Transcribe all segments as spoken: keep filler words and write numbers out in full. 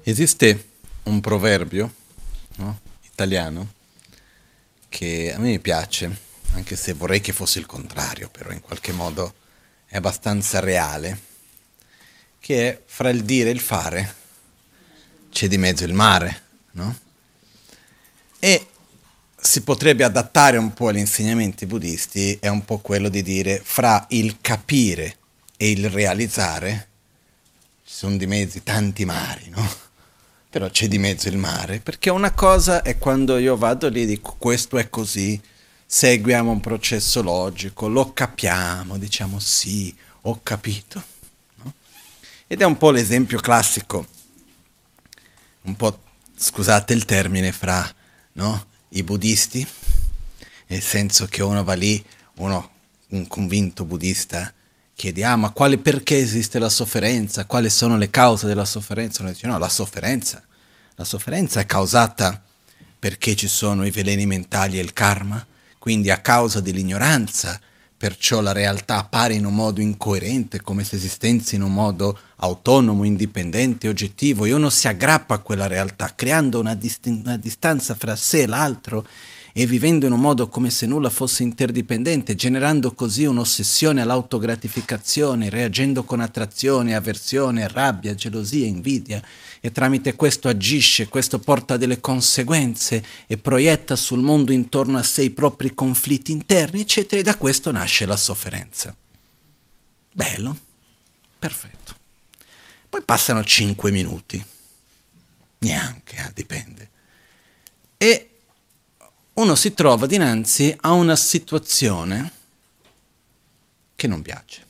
Esiste un proverbio, no, italiano che a me piace, anche se vorrei che fosse il contrario, però in qualche modo è abbastanza reale, che è fra il dire e il fare c'è di mezzo il mare, no? E si potrebbe adattare un po' agli insegnamenti buddisti, è un po' quello di dire fra il capire e il realizzare ci sono di mezzo tanti mari, no? Però c'è di mezzo il mare, perché una cosa è quando io vado lì e dico questo è così, seguiamo un processo logico, lo capiamo, diciamo sì, ho capito, no? Ed è un po' l'esempio classico, un po', scusate il termine, fra, no, i buddisti, nel senso che uno va lì, uno, un convinto buddista, chiede, ah, ma quale, perché esiste la sofferenza? Quali sono le cause della sofferenza? Uno dice, no, la sofferenza, la sofferenza è causata perché ci sono i veleni mentali e il karma, quindi a causa dell'ignoranza, perciò la realtà appare in un modo incoerente, come se esistesse in un modo autonomo, indipendente, oggettivo, e uno si aggrappa a quella realtà, creando una, dist- una distanza fra sé e l'altro, e vivendo in un modo come se nulla fosse interdipendente, generando così un'ossessione all'autogratificazione, reagendo con attrazione, avversione, rabbia, gelosia, invidia, e tramite questo agisce, questo porta delle conseguenze e proietta sul mondo intorno a sé i propri conflitti interni, eccetera, e da questo nasce la sofferenza. Bello, perfetto. Poi passano cinque minuti, neanche, eh, dipende, e uno si trova dinanzi a una situazione che non piace.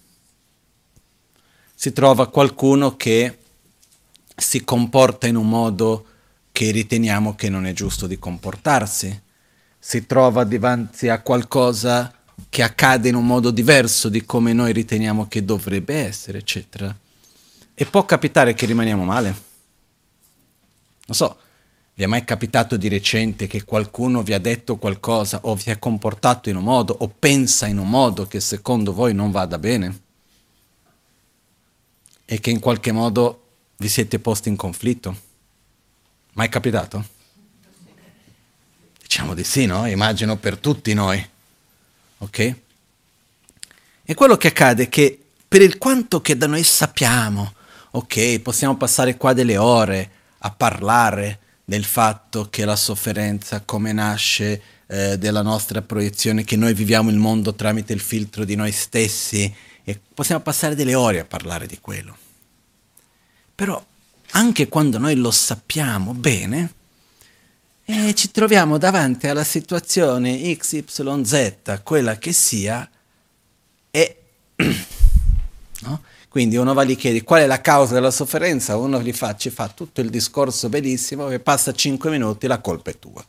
Si trova qualcuno che si comporta in un modo che riteniamo che non è giusto di comportarsi. Si trova davanti a qualcosa che accade in un modo diverso di come noi riteniamo che dovrebbe essere, eccetera. E può capitare che rimaniamo male. Non so, vi è mai capitato di recente che qualcuno vi ha detto qualcosa o vi ha comportato in un modo o pensa in un modo che secondo voi non vada bene? E che in qualche modo vi siete posti in conflitto? Mai capitato? Diciamo di sì, no? Immagino per tutti noi. Ok? E quello che accade è che per il quanto che da noi sappiamo, ok, possiamo passare qua delle ore a parlare del fatto che la sofferenza, come nasce eh, della nostra proiezione, che noi viviamo il mondo tramite il filtro di noi stessi, e possiamo passare delle ore a parlare di quello. Però anche quando noi lo sappiamo bene, eh, ci troviamo davanti alla situazione X Y Z, quella che sia, e no? Quindi uno va lì e chiede qual è la causa della sofferenza, uno gli fa, ci fa tutto il discorso bellissimo e passa cinque minuti, la colpa è tua.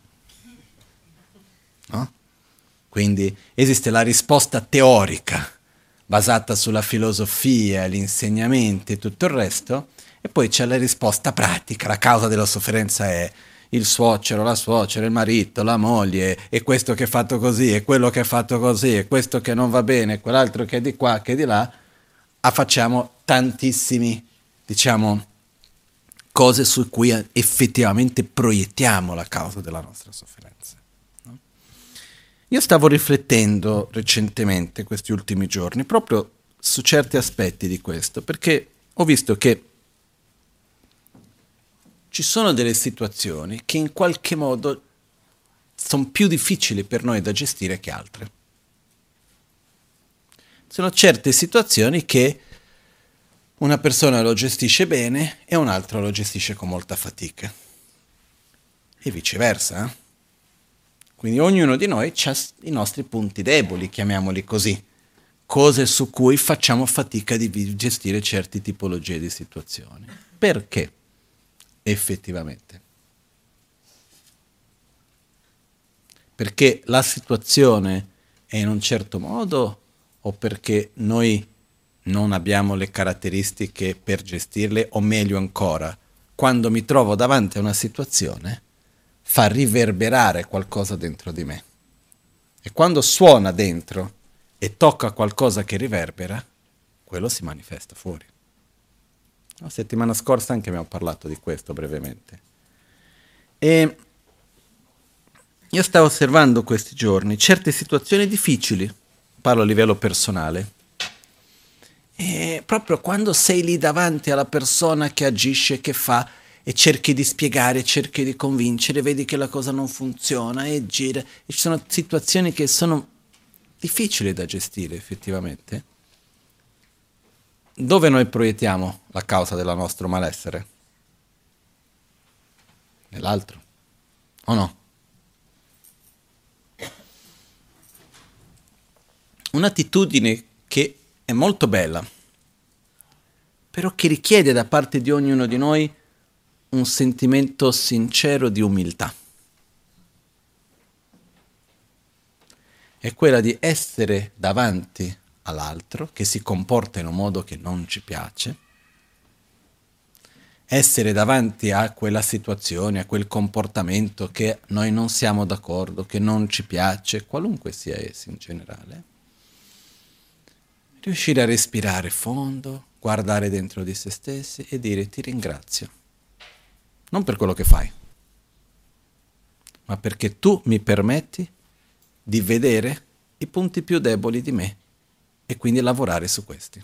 No? Quindi esiste la risposta teorica basata sulla filosofia, gli insegnamenti e tutto il resto, e poi c'è la risposta pratica, la causa della sofferenza è il suocero, la suocera, il marito, la moglie, e questo che è fatto così, e quello che è fatto così, e questo che non va bene, e quell'altro che è di qua, che è di là, ah, facciamo tantissimi, diciamo, cose su cui effettivamente proiettiamo la causa della nostra sofferenza. No? Io stavo riflettendo recentemente, questi ultimi giorni, proprio su certi aspetti di questo, perché ho visto che ci sono delle situazioni che in qualche modo sono più difficili per noi da gestire che altre. Sono certe situazioni che una persona lo gestisce bene e un altro lo gestisce con molta fatica. E viceversa. Eh? Quindi ognuno di noi ha i nostri punti deboli, chiamiamoli così, cose su cui facciamo fatica di gestire certe tipologie di situazioni. Perché? Effettivamente. Perché la situazione è in un certo modo o perché noi non abbiamo le caratteristiche per gestirle, o meglio ancora, quando mi trovo davanti a una situazione, fa riverberare qualcosa dentro di me. E quando suona dentro e tocca qualcosa che riverbera, quello si manifesta fuori. La settimana scorsa anche abbiamo parlato di questo brevemente. E io stavo osservando questi giorni certe situazioni difficili, parlo a livello personale, e proprio quando sei lì davanti alla persona che agisce, che fa, e cerchi di spiegare, cerchi di convincere, vedi che la cosa non funziona e gira, e ci sono situazioni che sono difficili da gestire effettivamente. Dove noi proiettiamo la causa del nostro malessere? Nell'altro, o no? Un'attitudine che è molto bella, però che richiede da parte di ognuno di noi un sentimento sincero di umiltà. È quella di essere davanti all'altro che si comporta in un modo che non ci piace, essere davanti a quella situazione, a quel comportamento che noi non siamo d'accordo, che non ci piace, qualunque sia esso in generale, riuscire a respirare fondo, guardare dentro di se stessi e dire ti ringrazio, non per quello che fai, ma perché tu mi permetti di vedere i punti più deboli di me e quindi lavorare su questi.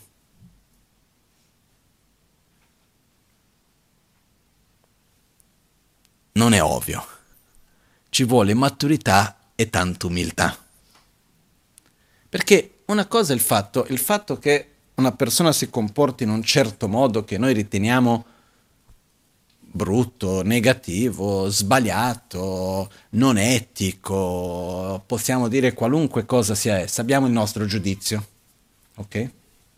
Non è ovvio, ci vuole maturità e tanta umiltà. Perché una cosa è il fatto, il fatto che una persona si comporti in un certo modo che noi riteniamo brutto, negativo, sbagliato, non etico, possiamo dire qualunque cosa sia essa, abbiamo il nostro giudizio, ok?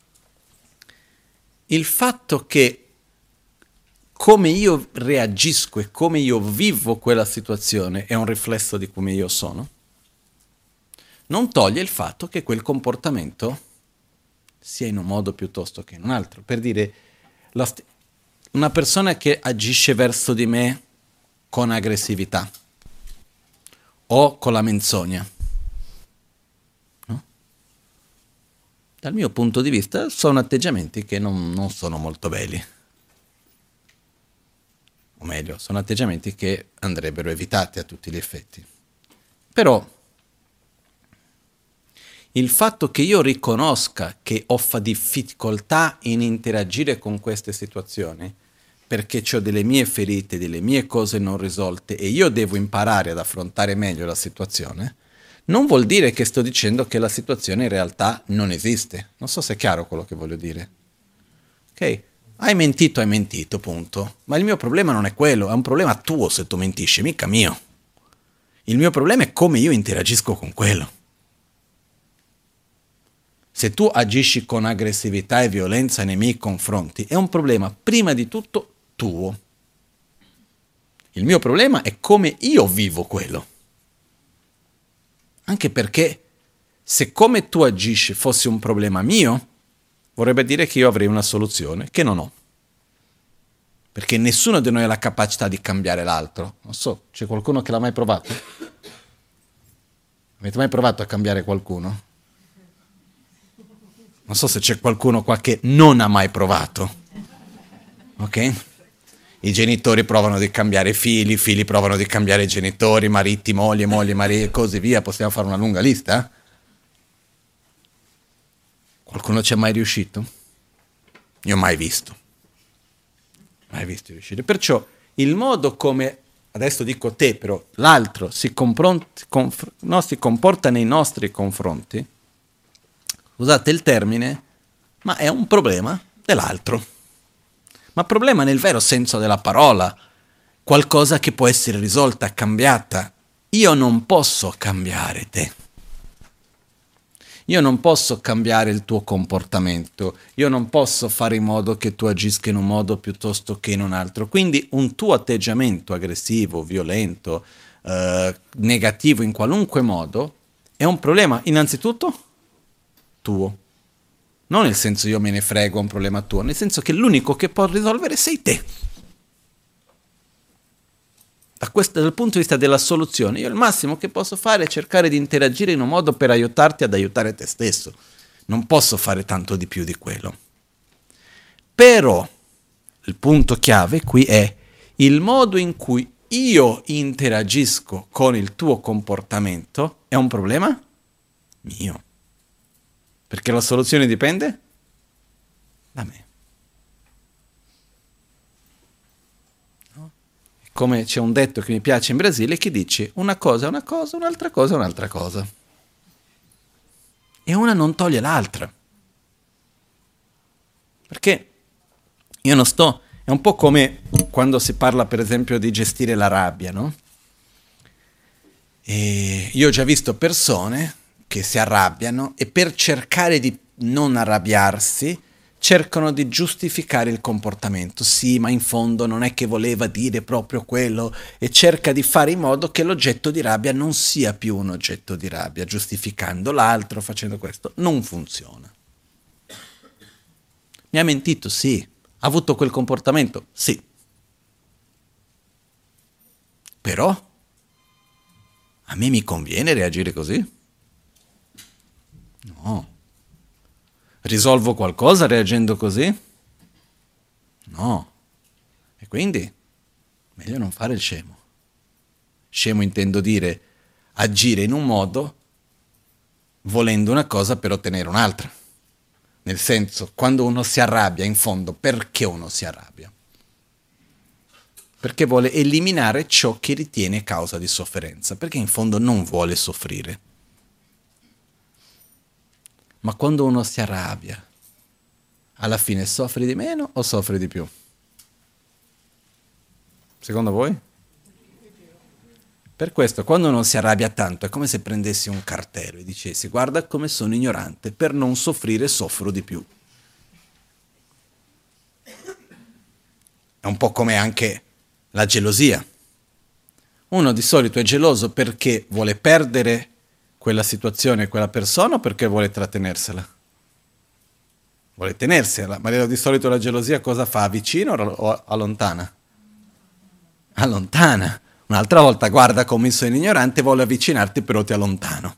Il fatto che come io reagisco e come io vivo quella situazione è un riflesso di come io sono, non toglie il fatto che quel comportamento sia in un modo piuttosto che in un altro. Per dire, la st- una persona che agisce verso di me con aggressività o con la menzogna, no? Dal mio punto di vista sono atteggiamenti che non, non sono molto belli. O meglio, sono atteggiamenti che andrebbero evitati a tutti gli effetti. Però il fatto che io riconosca che ho fa difficoltà in interagire con queste situazioni, perché ho delle mie ferite, delle mie cose non risolte e io devo imparare ad affrontare meglio la situazione, non vuol dire che sto dicendo che la situazione in realtà non esiste. Non so se è chiaro quello che voglio dire. Ok? Hai mentito, hai mentito, punto. Ma il mio problema non è quello, è un problema tuo se tu mentisci, mica mio. Il mio problema è come io interagisco con quello. Se tu agisci con aggressività e violenza nei miei confronti, è un problema prima di tutto tuo. Il mio problema è come io vivo quello. Anche perché se come tu agisci fosse un problema mio, vorrebbe dire che io avrei una soluzione che non ho. Perché nessuno di noi ha la capacità di cambiare l'altro. Non so, c'è qualcuno che l'ha mai provato? Avete mai provato a cambiare qualcuno? Non so se c'è qualcuno qua che non ha mai provato. Ok? I genitori provano di cambiare i figli, i figli provano di cambiare i genitori, mariti, moglie, moglie, mariti e così via. Possiamo fare una lunga lista? Qualcuno ci è mai riuscito? Io mai visto. Mai visto riuscire. Perciò il modo come, adesso dico te, però l'altro si, confronti, conf- no, si comporta nei nostri confronti, scusate il termine, ma è un problema dell'altro. Ma problema nel vero senso della parola, qualcosa che può essere risolta, cambiata. Io non posso cambiare te. Io non posso cambiare il tuo comportamento, io non posso fare in modo che tu agisca in un modo piuttosto che in un altro. Quindi un tuo atteggiamento aggressivo, violento, eh, negativo in qualunque modo è un problema innanzitutto tuo. Non nel senso io me ne frego, è un problema tuo, nel senso che l'unico che può risolvere sei te. Da questo, dal punto di vista della soluzione, io il massimo che posso fare è cercare di interagire in un modo per aiutarti ad aiutare te stesso. Non posso fare tanto di più di quello. Però il punto chiave qui è il modo in cui io interagisco con il tuo comportamento è un problema mio. Perché la soluzione dipende da me. No? Come c'è un detto che mi piace in Brasile che dice una cosa è una cosa, un'altra cosa è un'altra cosa. E una non toglie l'altra. Perché io non sto... È un po' come quando si parla, per esempio, di gestire la rabbia, no? E io ho già visto persone che si arrabbiano e per cercare di non arrabbiarsi cercano di giustificare il comportamento. Sì, ma in fondo non è che voleva dire proprio quello, e cerca di fare in modo che l'oggetto di rabbia non sia più un oggetto di rabbia, giustificando l'altro, facendo questo. Non funziona. Mi ha mentito? Sì. Ha avuto quel comportamento? Sì. Però a me mi conviene reagire così? No. Risolvo qualcosa reagendo così? No. E quindi meglio non fare il scemo. Scemo intendo dire agire in un modo volendo una cosa per ottenere un'altra. Nel senso, quando uno si arrabbia, in fondo, perché uno si arrabbia? Perché vuole eliminare ciò che ritiene causa di sofferenza, perché in fondo non vuole soffrire. Ma quando uno si arrabbia, alla fine soffre di meno o soffre di più? Secondo voi? Per questo, quando uno si arrabbia tanto, è come se prendessi un cartello e dicessi: guarda come sono ignorante, per non soffrire soffro di più. È un po' come anche la gelosia. Uno di solito è geloso perché vuole perdere quella situazione, quella persona, o perché vuole trattenersela? Vuole tenersela, ma di solito la gelosia cosa fa? Avvicina o allontana? Allontana. Un'altra volta guarda come sono ignorante, vuole avvicinarti, però ti allontano.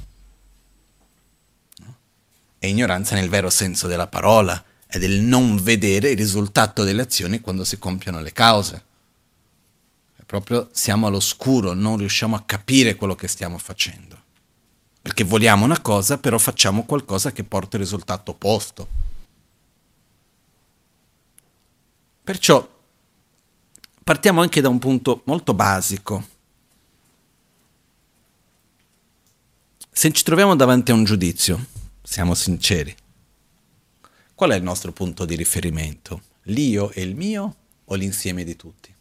È ignoranza nel vero senso della parola, è del non vedere il risultato delle azioni quando si compiono le cause. È proprio siamo all'oscuro, non riusciamo a capire quello che stiamo facendo. Perché vogliamo una cosa, però facciamo qualcosa che porta il risultato opposto. Perciò partiamo anche da un punto molto basico. Se ci troviamo davanti a un giudizio, siamo sinceri, qual è il nostro punto di riferimento? L'io e il mio o l'insieme di tutti?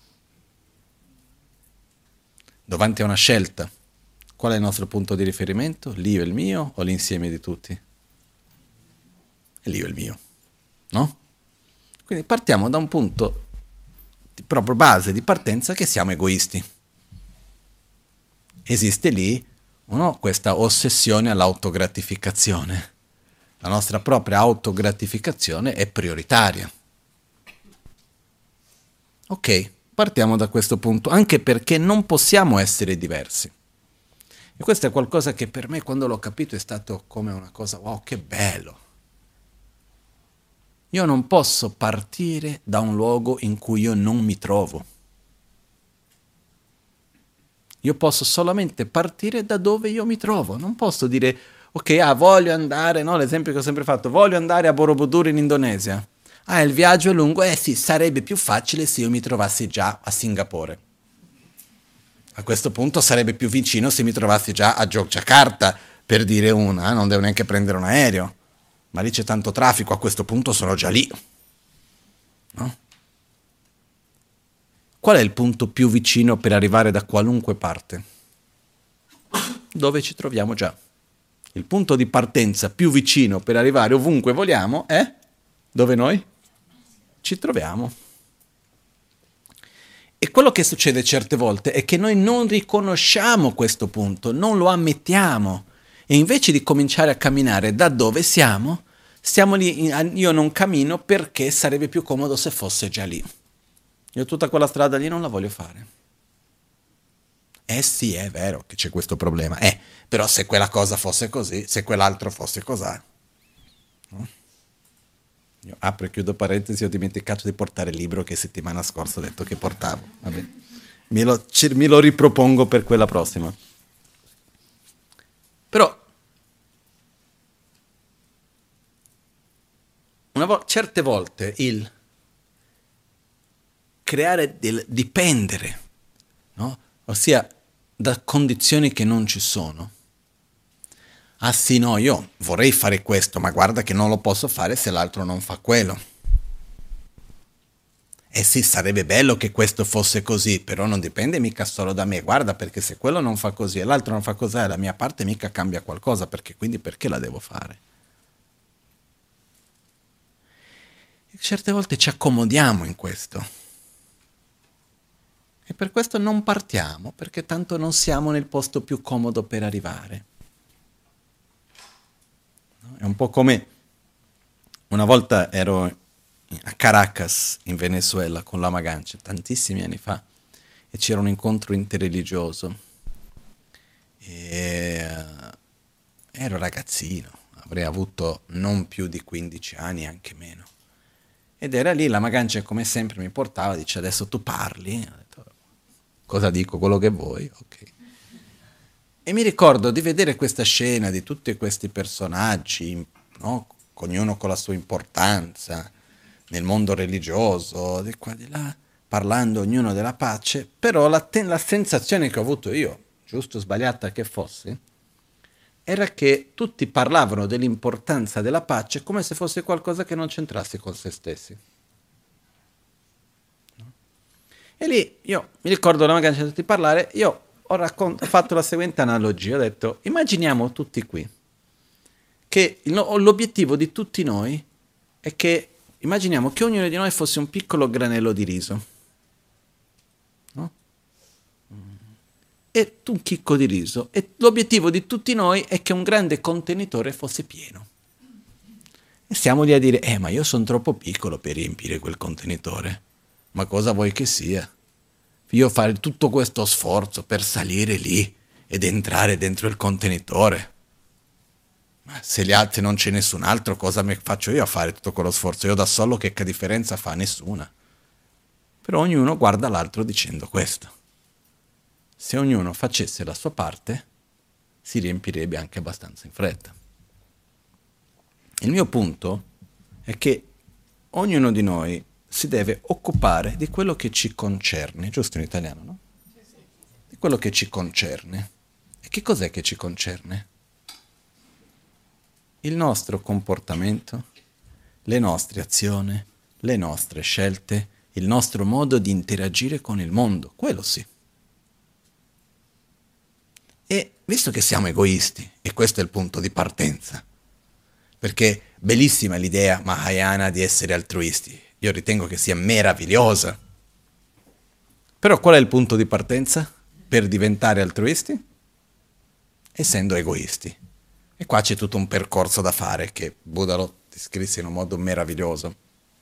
Davanti a una scelta, qual è il nostro punto di riferimento? L'io e il mio o l'insieme di tutti? L'io e il mio, no? Quindi partiamo da un punto proprio base di partenza che siamo egoisti. Esiste lì no, questa ossessione all'autogratificazione. La nostra propria autogratificazione è prioritaria. Ok, partiamo da questo punto, anche perché non possiamo essere diversi. E questo è qualcosa che per me, quando l'ho capito, è stato come una cosa, wow, che bello. Io non posso partire da un luogo in cui io non mi trovo. Io posso solamente partire da dove io mi trovo. Non posso dire, ok, ah, voglio andare, no, l'esempio che ho sempre fatto, voglio andare a Borobudur in Indonesia. Ah, il viaggio è lungo? Eh sì, sarebbe più facile se io mi trovassi già a Singapore. A questo punto sarebbe più vicino se mi trovassi già a Yogyakarta, per dire una, non devo neanche prendere un aereo. Ma lì c'è tanto traffico, a questo punto sono già lì. No? Qual è il punto più vicino per arrivare da qualunque parte? Dove ci troviamo già. Il punto di partenza più vicino per arrivare ovunque vogliamo è dove noi ci troviamo. E quello che succede certe volte è che noi non riconosciamo questo punto, non lo ammettiamo. E invece di cominciare a camminare da dove siamo, stiamo lì, io non cammino perché sarebbe più comodo se fosse già lì. Io tutta quella strada lì non la voglio fare. Eh sì, è vero che c'è questo problema. Eh, però se quella cosa fosse così, se quell'altro fosse così. No? Io apro e chiudo parentesi, ho dimenticato di portare il libro che settimana scorsa ho detto che portavo. Vabbè. Me lo, me lo ripropongo per quella prossima. Però una vo- certe volte il creare del dipendere, no? Ossia da condizioni che non ci sono. Ah sì, no, io vorrei fare questo, ma guarda che non lo posso fare se l'altro non fa quello. Eh sì, sarebbe bello che questo fosse così, però non dipende mica solo da me. Guarda, perché se quello non fa così e l'altro non fa così, la mia parte mica cambia qualcosa, perché quindi perché la devo fare? E certe volte ci accomodiamo in questo. E per questo non partiamo, perché tanto non siamo nel posto più comodo per arrivare. No? È un po' come una volta ero a Caracas, in Venezuela, con la Magancia, tantissimi anni fa, e c'era un incontro interreligioso. E eh, ero ragazzino, avrei avuto non più di quindici anni, anche meno. Ed era lì, la Magancia come sempre mi portava, dice adesso tu parli. Ho detto, cosa dico? Quello che vuoi? Ok. E mi ricordo di vedere questa scena di tutti questi personaggi, no? Ognuno con la sua importanza, nel mondo religioso, di qua di là, parlando ognuno della pace, però la, ten- la sensazione che ho avuto io, giusto o sbagliata che fosse, era che tutti parlavano dell'importanza della pace come se fosse qualcosa che non c'entrasse con se stessi. E lì io mi ricordo la magari di parlare, io ho, raccont- ho fatto la seguente analogia, ho detto, immaginiamo tutti qui, che il no- l'obiettivo di tutti noi è che, immaginiamo che ognuno di noi fosse un piccolo granello di riso, no? E un chicco di riso, e l'obiettivo di tutti noi è che un grande contenitore fosse pieno. E stiamo lì a dire, eh ma io sono troppo piccolo per riempire quel contenitore, ma cosa vuoi che sia? Io fare tutto questo sforzo per salire lì ed entrare dentro il contenitore. Ma se gli altri non c'è nessun altro, cosa mi faccio io a fare tutto quello sforzo? Io da solo che differenza fa? Nessuna. Però ognuno guarda l'altro dicendo questo. Se ognuno facesse la sua parte, si riempirebbe anche abbastanza in fretta. Il mio punto è che ognuno di noi si deve occupare di quello che ci concerne, giusto in italiano, no? Di quello che ci concerne. E che cos'è che ci concerne? Il nostro comportamento, le nostre azioni, le nostre scelte, il nostro modo di interagire con il mondo, quello sì. E visto che siamo egoisti, e questo è il punto di partenza, perché bellissima l'idea mahayana di essere altruisti, io ritengo che sia meravigliosa, però qual è il punto di partenza per diventare altruisti? Essendo egoisti. E qua c'è tutto un percorso da fare che Buddha lo descrisse in un modo meraviglioso.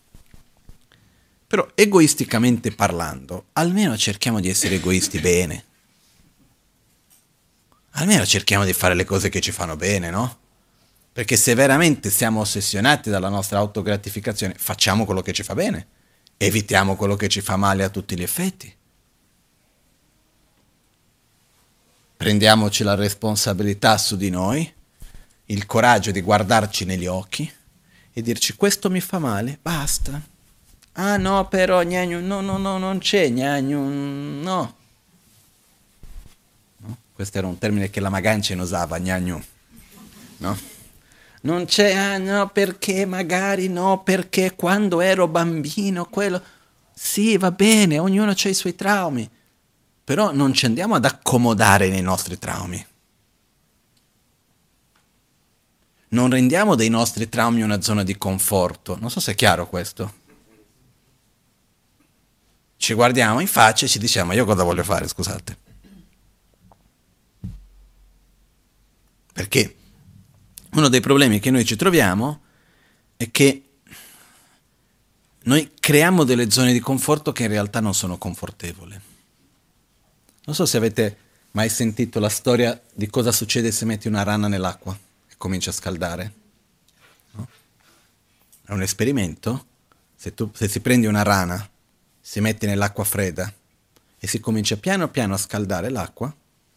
Però egoisticamente parlando, almeno cerchiamo di essere egoisti bene. Almeno cerchiamo di fare le cose che ci fanno bene, no? Perché se veramente siamo ossessionati dalla nostra autogratificazione, facciamo quello che ci fa bene. Evitiamo quello che ci fa male a tutti gli effetti. Prendiamoci la responsabilità su di noi, il coraggio di guardarci negli occhi e dirci questo mi fa male, basta. Ah no, però gnagno, no, no, no, non c'è gnagno, no. No? Questo era un termine che la Magancia non usava, gnagno, no? Non c'è, ah no, perché magari no, perché quando ero bambino quello... Sì, va bene, ognuno ha i suoi traumi, però non ci andiamo ad accomodare nei nostri traumi. Non rendiamo dei nostri traumi una zona di conforto. Non so se è chiaro questo. Ci guardiamo in faccia e ci diciamo, io cosa voglio fare, scusate. Perché uno dei problemi che noi ci troviamo è che noi creiamo delle zone di conforto che in realtà non sono confortevoli. Non so se avete mai sentito la storia di cosa succede se metti una rana nell'acqua e comincia a scaldare. No? È un esperimento. Se, tu, se si prende una rana, si mette nell'acqua fredda e si comincia piano piano a scaldare l'acqua,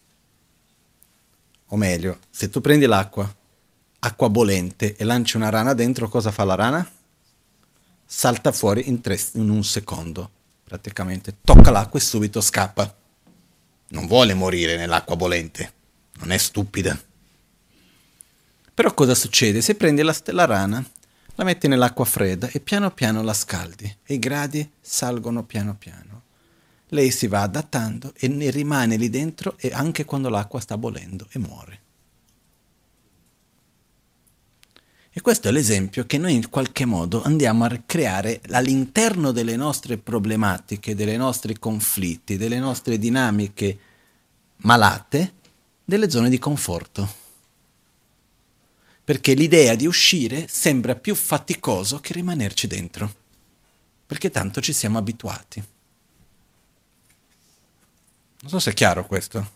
o meglio, se tu prendi l'acqua, acqua bollente, e lanci una rana dentro, cosa fa la rana? Salta fuori in, tre, in un secondo, praticamente. Tocca l'acqua e subito scappa. Non vuole morire nell'acqua bollente, non è stupida. Però cosa succede? Se prendi la, la rana, la metti nell'acqua fredda e piano piano la scaldi e i gradi salgono piano piano. Lei si va adattando e ne rimane lì dentro e anche quando l'acqua sta bollendo e muore. E questo è l'esempio che noi in qualche modo andiamo a creare all'interno delle nostre problematiche, dei nostri conflitti, delle nostre dinamiche malate, delle zone di conforto. Perché l'idea di uscire sembra più faticoso che rimanerci dentro, perché tanto ci siamo abituati. Non so se è chiaro questo.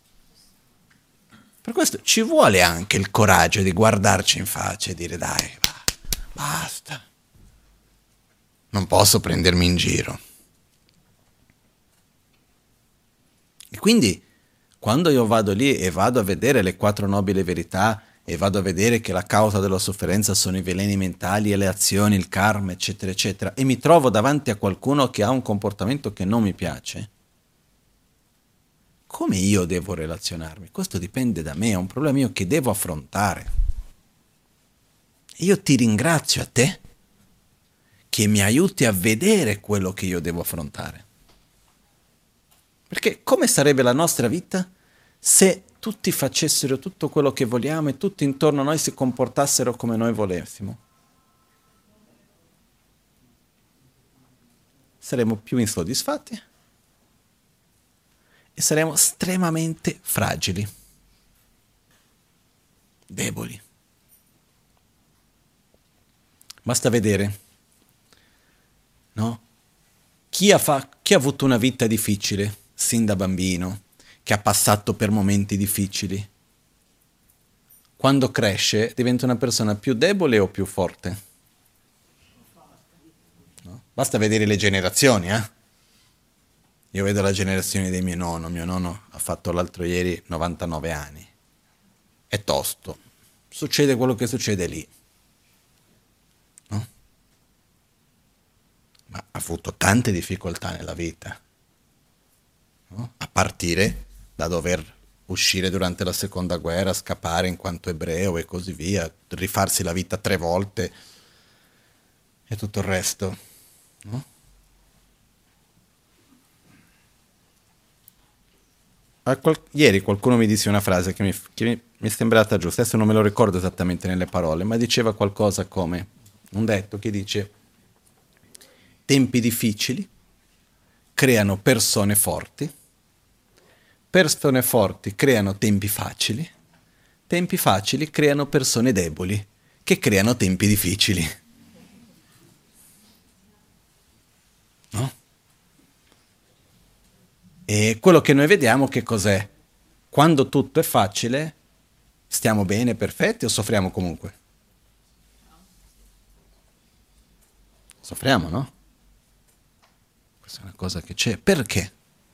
Per questo ci vuole anche il coraggio di guardarci in faccia e dire dai, va, basta. Non posso prendermi in giro. E quindi, quando io vado lì e vado a vedere le quattro nobili verità e vado a vedere che la causa della sofferenza sono i veleni mentali e le azioni, il karma, eccetera, eccetera, e mi trovo davanti a qualcuno che ha un comportamento che non mi piace, come io devo relazionarmi? Questo dipende da me, è un problema mio che devo affrontare. Io ti ringrazio a te che mi aiuti a vedere quello che io devo affrontare. Perché come sarebbe la nostra vita se tutti facessero tutto quello che vogliamo e tutti intorno a noi si comportassero come noi volessimo? Saremmo più insoddisfatti e saremo estremamente fragili, deboli. Basta vedere, no? Chi ha, fa- chi ha avuto una vita difficile sin da bambino, che ha passato per momenti difficili, quando cresce diventa una persona più debole o più forte? No? Basta vedere le generazioni, eh? Io vedo la generazione dei miei nonno, mio nonno ha fatto l'altro ieri novantanove anni, è tosto, succede quello che succede lì, no? Ma ha avuto tante difficoltà nella vita, no? A partire da dover uscire durante la seconda guerra, scappare in quanto ebreo e così via, rifarsi la vita tre volte e tutto il resto, no? Qual- ieri qualcuno mi disse una frase che, mi, che mi, mi è sembrata giusta, adesso non me lo ricordo esattamente nelle parole, ma diceva qualcosa come, un detto che dice, tempi difficili creano persone forti, persone forti creano tempi facili, tempi facili creano persone deboli, che creano tempi difficili. No? E quello che noi vediamo che cos'è? Quando tutto è facile, stiamo bene, perfetti o soffriamo comunque? Soffriamo, no? Questa è una cosa che c'è. Perché?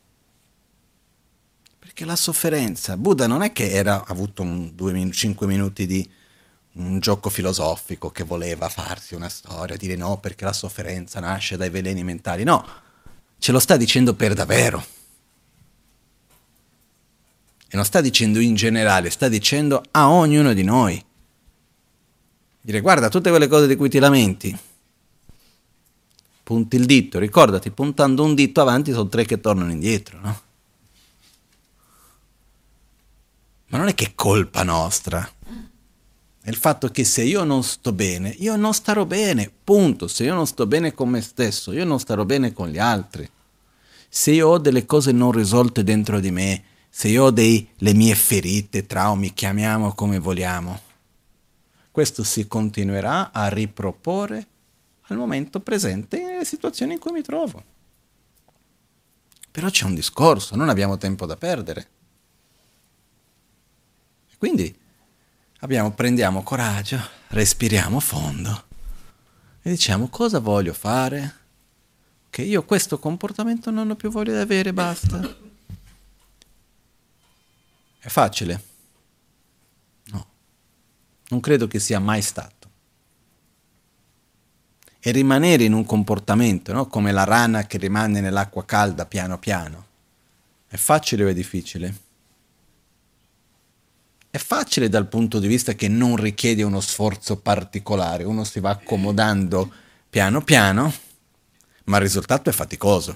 Perché la sofferenza, Buddha non è che era ha avuto un, due, cinque minuti di un gioco filosofico che voleva farsi una storia, dire no perché la sofferenza nasce dai veleni mentali, no, ce lo sta dicendo per davvero. E non sta dicendo in generale, sta dicendo a ognuno di noi. Dire guarda tutte quelle cose di cui ti lamenti, punti il dito, ricordati, puntando un dito avanti sono tre che tornano indietro, no? Ma non è che è colpa nostra, è il fatto che se io non sto bene, io non starò bene, punto. Se io non sto bene con me stesso, io non starò bene con gli altri. Se io ho delle cose non risolte dentro di me, se io ho dei, le mie ferite, traumi, chiamiamo come vogliamo, questo si continuerà a riproporre al momento presente nelle situazioni in cui mi trovo. Però c'è un discorso, non abbiamo tempo da perdere. Quindi abbiamo, prendiamo coraggio, respiriamo fondo, e diciamo cosa voglio fare? Che io questo comportamento non ho più voglia di avere, basta. È facile? No, non credo che sia mai stato. E rimanere in un comportamento, no? Come la rana che rimane nell'acqua calda piano piano, è facile o è difficile? È facile dal punto di vista che non richiede uno sforzo particolare, uno si va accomodando piano piano, ma il risultato è faticoso.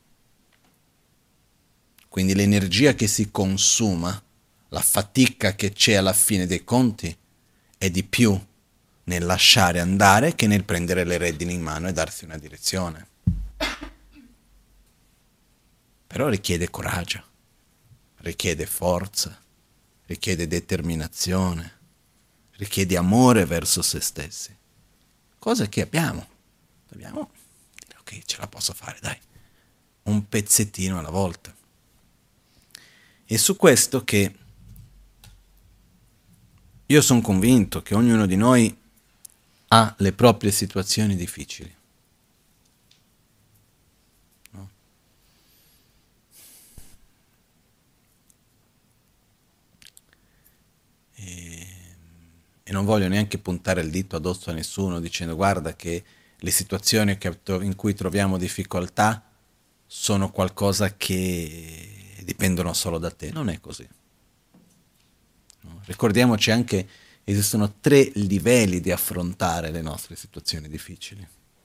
Quindi l'energia che si consuma, la fatica che c'è alla fine dei conti, è di più nel lasciare andare che nel prendere le redini in mano e darsi una direzione. Però richiede coraggio, richiede forza, richiede determinazione, richiede amore verso se stessi. Cosa che abbiamo. Dobbiamo dire ok, ce la posso fare, dai. Un pezzettino alla volta. E su questo che io sono convinto che ognuno di noi ha le proprie situazioni difficili. No? E, e non voglio neanche puntare il dito addosso a nessuno dicendo guarda che le situazioni che, in cui troviamo difficoltà sono qualcosa che dipendono solo da te. Non è così. No? Ricordiamoci anche che esistono tre livelli di affrontare le nostre situazioni difficili.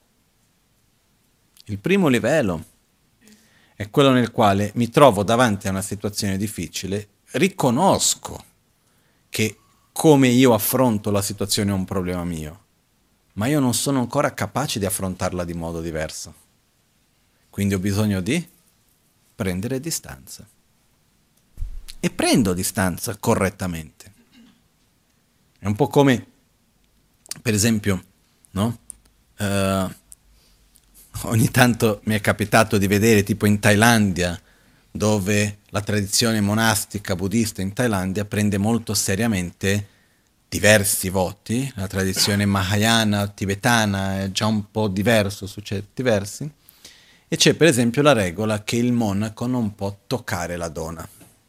Il primo livello è quello nel quale mi trovo davanti a una situazione difficile, riconosco che come io affronto la situazione è un problema mio, ma io non sono ancora capace di affrontarla di modo diverso. Quindi ho bisogno di prendere distanza. E prendo distanza correttamente. È un po' come, per esempio, no? Uh, ogni tanto mi è capitato di vedere, tipo in Thailandia, dove la tradizione monastica buddista in Thailandia prende molto seriamente diversi voti. La tradizione mahayana tibetana è già un po' diverso su certi versi. E c'è per esempio la regola che il monaco non può toccare la donna.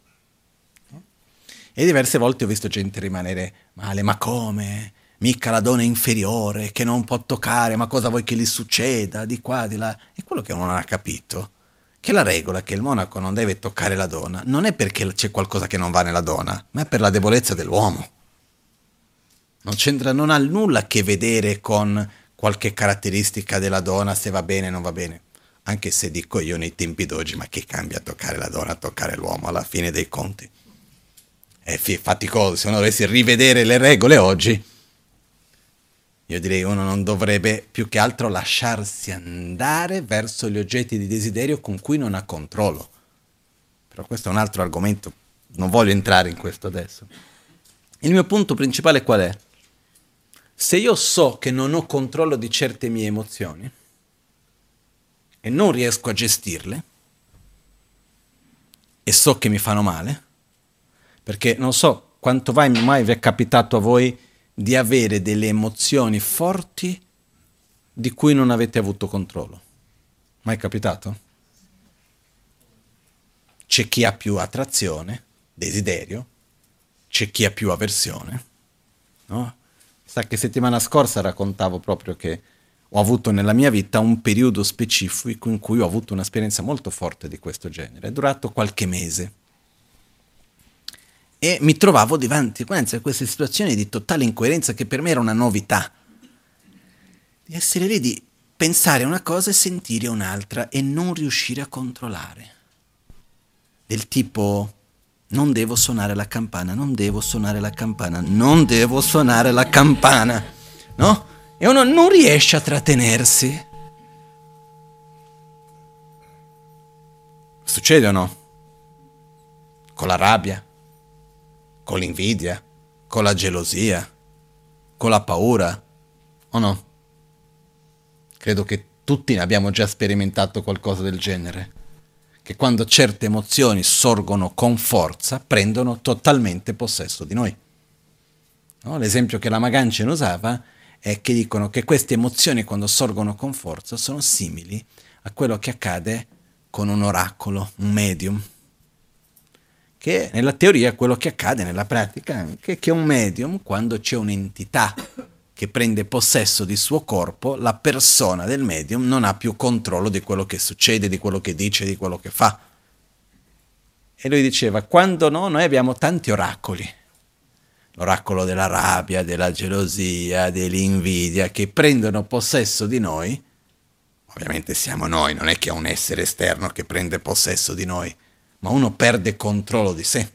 E diverse volte ho visto gente rimanere male, ma come? Mica la donna è inferiore, che non può toccare, ma cosa vuoi che gli succeda, di qua, di là? E quello che non ha capito, che la regola che il monaco non deve toccare la donna, non è perché c'è qualcosa che non va nella donna, ma è per la debolezza dell'uomo. Non c'entra, non ha nulla a che vedere con qualche caratteristica della donna, se va bene o non va bene. Anche se dico io nei tempi d'oggi, ma che cambia toccare la donna, toccare l'uomo alla fine dei conti? È faticoso, se uno dovesse rivedere le regole oggi, io direi uno non dovrebbe più che altro lasciarsi andare verso gli oggetti di desiderio con cui non ha controllo. Però questo è un altro argomento, non voglio entrare in questo adesso. Il mio punto principale qual è? Se io so che non ho controllo di certe mie emozioni e non riesco a gestirle e so che mi fanno male, perché non so quanto mai vi è capitato a voi di avere delle emozioni forti di cui non avete avuto controllo. Mai capitato? C'è chi ha più attrazione, desiderio, c'è chi ha più avversione. No? Sa che settimana scorsa raccontavo proprio che ho avuto nella mia vita un periodo specifico in cui ho avuto un'esperienza molto forte di questo genere. È durato qualche mese. E mi trovavo davanti a queste situazioni di totale incoerenza che per me era una novità. Di essere lì, di pensare una cosa e sentire un'altra e non riuscire a controllare. Del tipo, non devo suonare la campana, non devo suonare la campana, non devo suonare la campana, no? E uno non riesce a trattenersi. Succede o no? Con la rabbia, con l'invidia, con la gelosia, con la paura, o no? Credo che tutti ne abbiamo già sperimentato qualcosa del genere, che quando certe emozioni sorgono con forza, prendono totalmente possesso di noi. No? L'esempio che la Magancia usava è che dicono che queste emozioni quando sorgono con forza sono simili a quello che accade con un oracolo, un medium, che nella teoria è quello che accade nella pratica anche, che un medium, quando c'è un'entità che prende possesso di suo corpo, la persona del medium non ha più controllo di quello che succede, di quello che dice, di quello che fa. E lui diceva, quando no, noi abbiamo tanti oracoli, l'oracolo della rabbia, della gelosia, dell'invidia, che prendono possesso di noi. Ovviamente siamo noi, non è che è un essere esterno che prende possesso di noi, ma uno perde controllo di sé.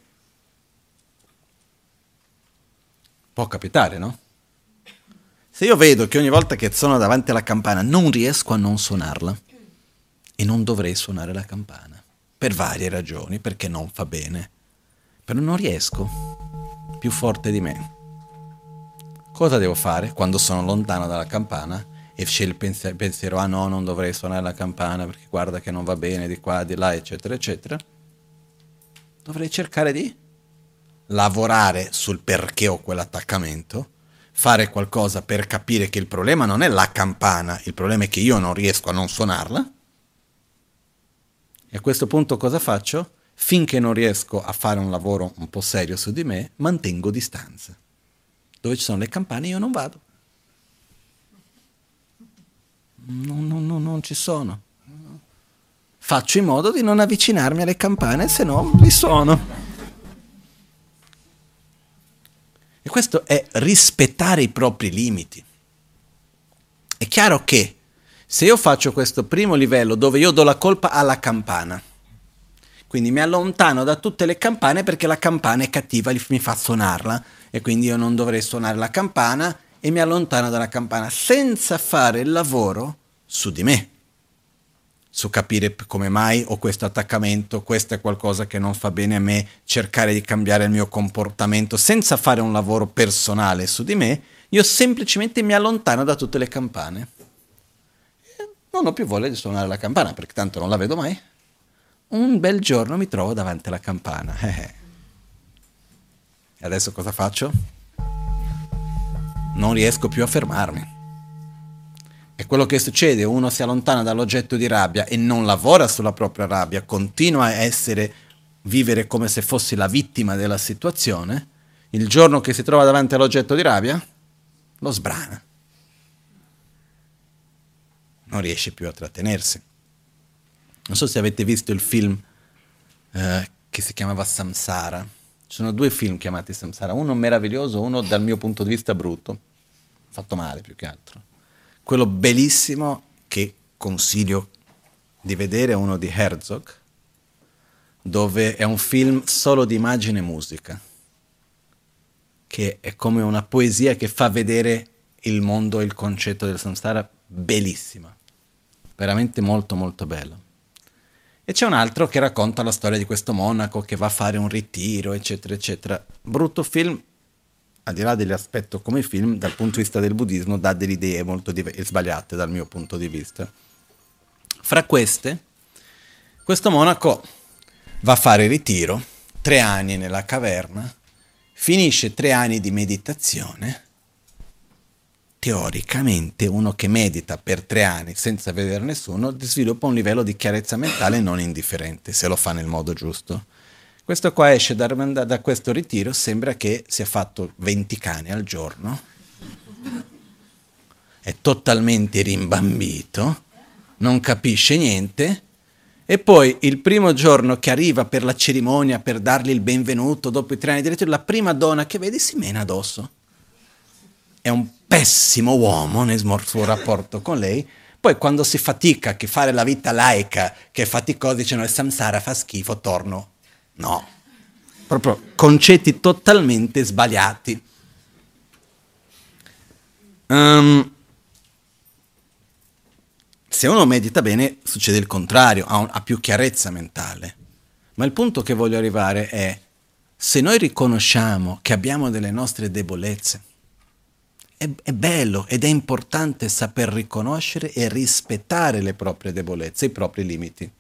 Può capitare, no? Se io vedo che ogni volta che sono davanti alla campana non riesco a non suonarla, e non dovrei suonare la campana, per varie ragioni, perché non fa bene, però non riesco, più forte di me. Cosa devo fare quando sono lontano dalla campana e c'è il pensiero, pensiero, ah no, non dovrei suonare la campana perché guarda che non va bene di qua, di là, eccetera, eccetera? Dovrei cercare di lavorare sul perché ho quell'attaccamento, fare qualcosa per capire che il problema non è la campana, il problema è che io non riesco a non suonarla. E a questo punto cosa faccio? Finché non riesco a fare un lavoro un po' serio su di me, mantengo distanza. Dove ci sono le campane io non vado. Non, non, non, non ci sono. Faccio in modo di non avvicinarmi alle campane, se no li suono. E questo è rispettare i propri limiti. È chiaro che se io faccio questo primo livello dove io do la colpa alla campana, quindi mi allontano da tutte le campane perché la campana è cattiva, mi fa suonarla, e quindi io non dovrei suonare la campana e mi allontano dalla campana senza fare il lavoro su di me, su capire come mai ho questo attaccamento, questo è qualcosa che non fa bene a me, cercare di cambiare il mio comportamento senza fare un lavoro personale su di me, io semplicemente mi allontano da tutte le campane. E non ho più voglia di suonare la campana perché tanto non la vedo mai. Un bel giorno mi trovo davanti alla campana. E adesso cosa faccio? Non riesco più a fermarmi. E quello che succede, uno si allontana dall'oggetto di rabbia e non lavora sulla propria rabbia, continua a essere, vivere come se fossi la vittima della situazione, il giorno che si trova davanti all'oggetto di rabbia, lo sbrana. Non riesce più a trattenersi. Non so se avete visto il film eh, che si chiamava Samsara. Ci sono due film chiamati Samsara, uno meraviglioso, uno dal mio punto di vista brutto, fatto male più che altro. Quello bellissimo che consiglio di vedere è uno di Herzog, dove è un film solo di immagine e musica, che è come una poesia che fa vedere il mondo e il concetto del samsara, bellissima, veramente molto molto bello. E c'è un altro che racconta la storia di questo monaco che va a fare un ritiro, eccetera, eccetera. Brutto film, al di là dell'aspetto come film, dal punto di vista del buddismo, dà delle idee molto div- sbagliate dal mio punto di vista. Fra queste, questo monaco va a fare ritiro, tre anni nella caverna, finisce tre anni di meditazione. Teoricamente uno che medita per tre anni senza vedere nessuno sviluppa un livello di chiarezza mentale non indifferente, se lo fa nel modo giusto. Questo qua esce da, da questo ritiro, sembra che sia fatto venti cani al giorno, è totalmente rimbambito, non capisce niente, e poi il primo giorno che arriva per la cerimonia, per dargli il benvenuto, dopo i tre anni di ritiro, la prima donna che vede si mena addosso. È un pessimo uomo nel suo rapporto con lei. Poi quando si fatica, che fare la vita laica, che è faticosa, dicono il samsara fa schifo, torno. No, proprio concetti totalmente sbagliati. Um, se uno medita bene succede il contrario, ha, un, ha più chiarezza mentale. Ma il punto che voglio arrivare è, se noi riconosciamo che abbiamo delle nostre debolezze, è, è bello ed è importante saper riconoscere e rispettare le proprie debolezze, i propri limiti.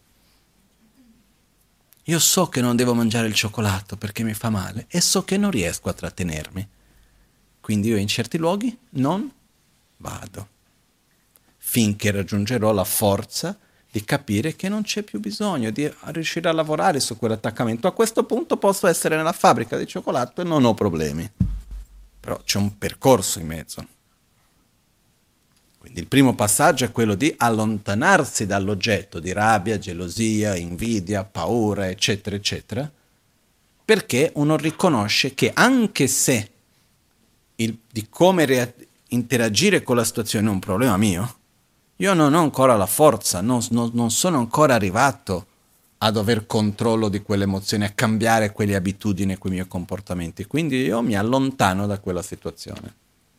Io so che non devo mangiare il cioccolato perché mi fa male e so che non riesco a trattenermi. Quindi io in certi luoghi non vado, finché raggiungerò la forza di capire che non c'è più bisogno di riuscire a lavorare su quell'attaccamento. A questo punto posso essere nella fabbrica di cioccolato e non ho problemi. Però c'è un percorso in mezzo. Quindi il primo passaggio è quello di allontanarsi dall'oggetto di rabbia, gelosia, invidia, paura, eccetera, eccetera, perché uno riconosce che anche se il, di come rea- interagire con la situazione è un problema mio, io non ho ancora la forza, non, non, non sono ancora arrivato ad aver controllo di quelle emozioni, a cambiare quelle abitudini e quei miei comportamenti. Quindi io mi allontano da quella situazione.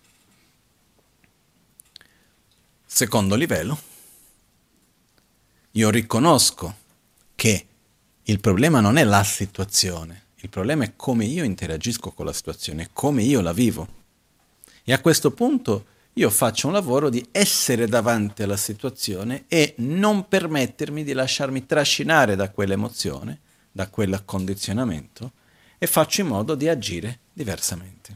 Secondo livello, io riconosco che il problema non è la situazione, il problema è come io interagisco con la situazione, come io la vivo. E a questo punto io faccio un lavoro di essere davanti alla situazione e non permettermi di lasciarmi trascinare da quell'emozione, da quel condizionamento, e faccio in modo di agire diversamente.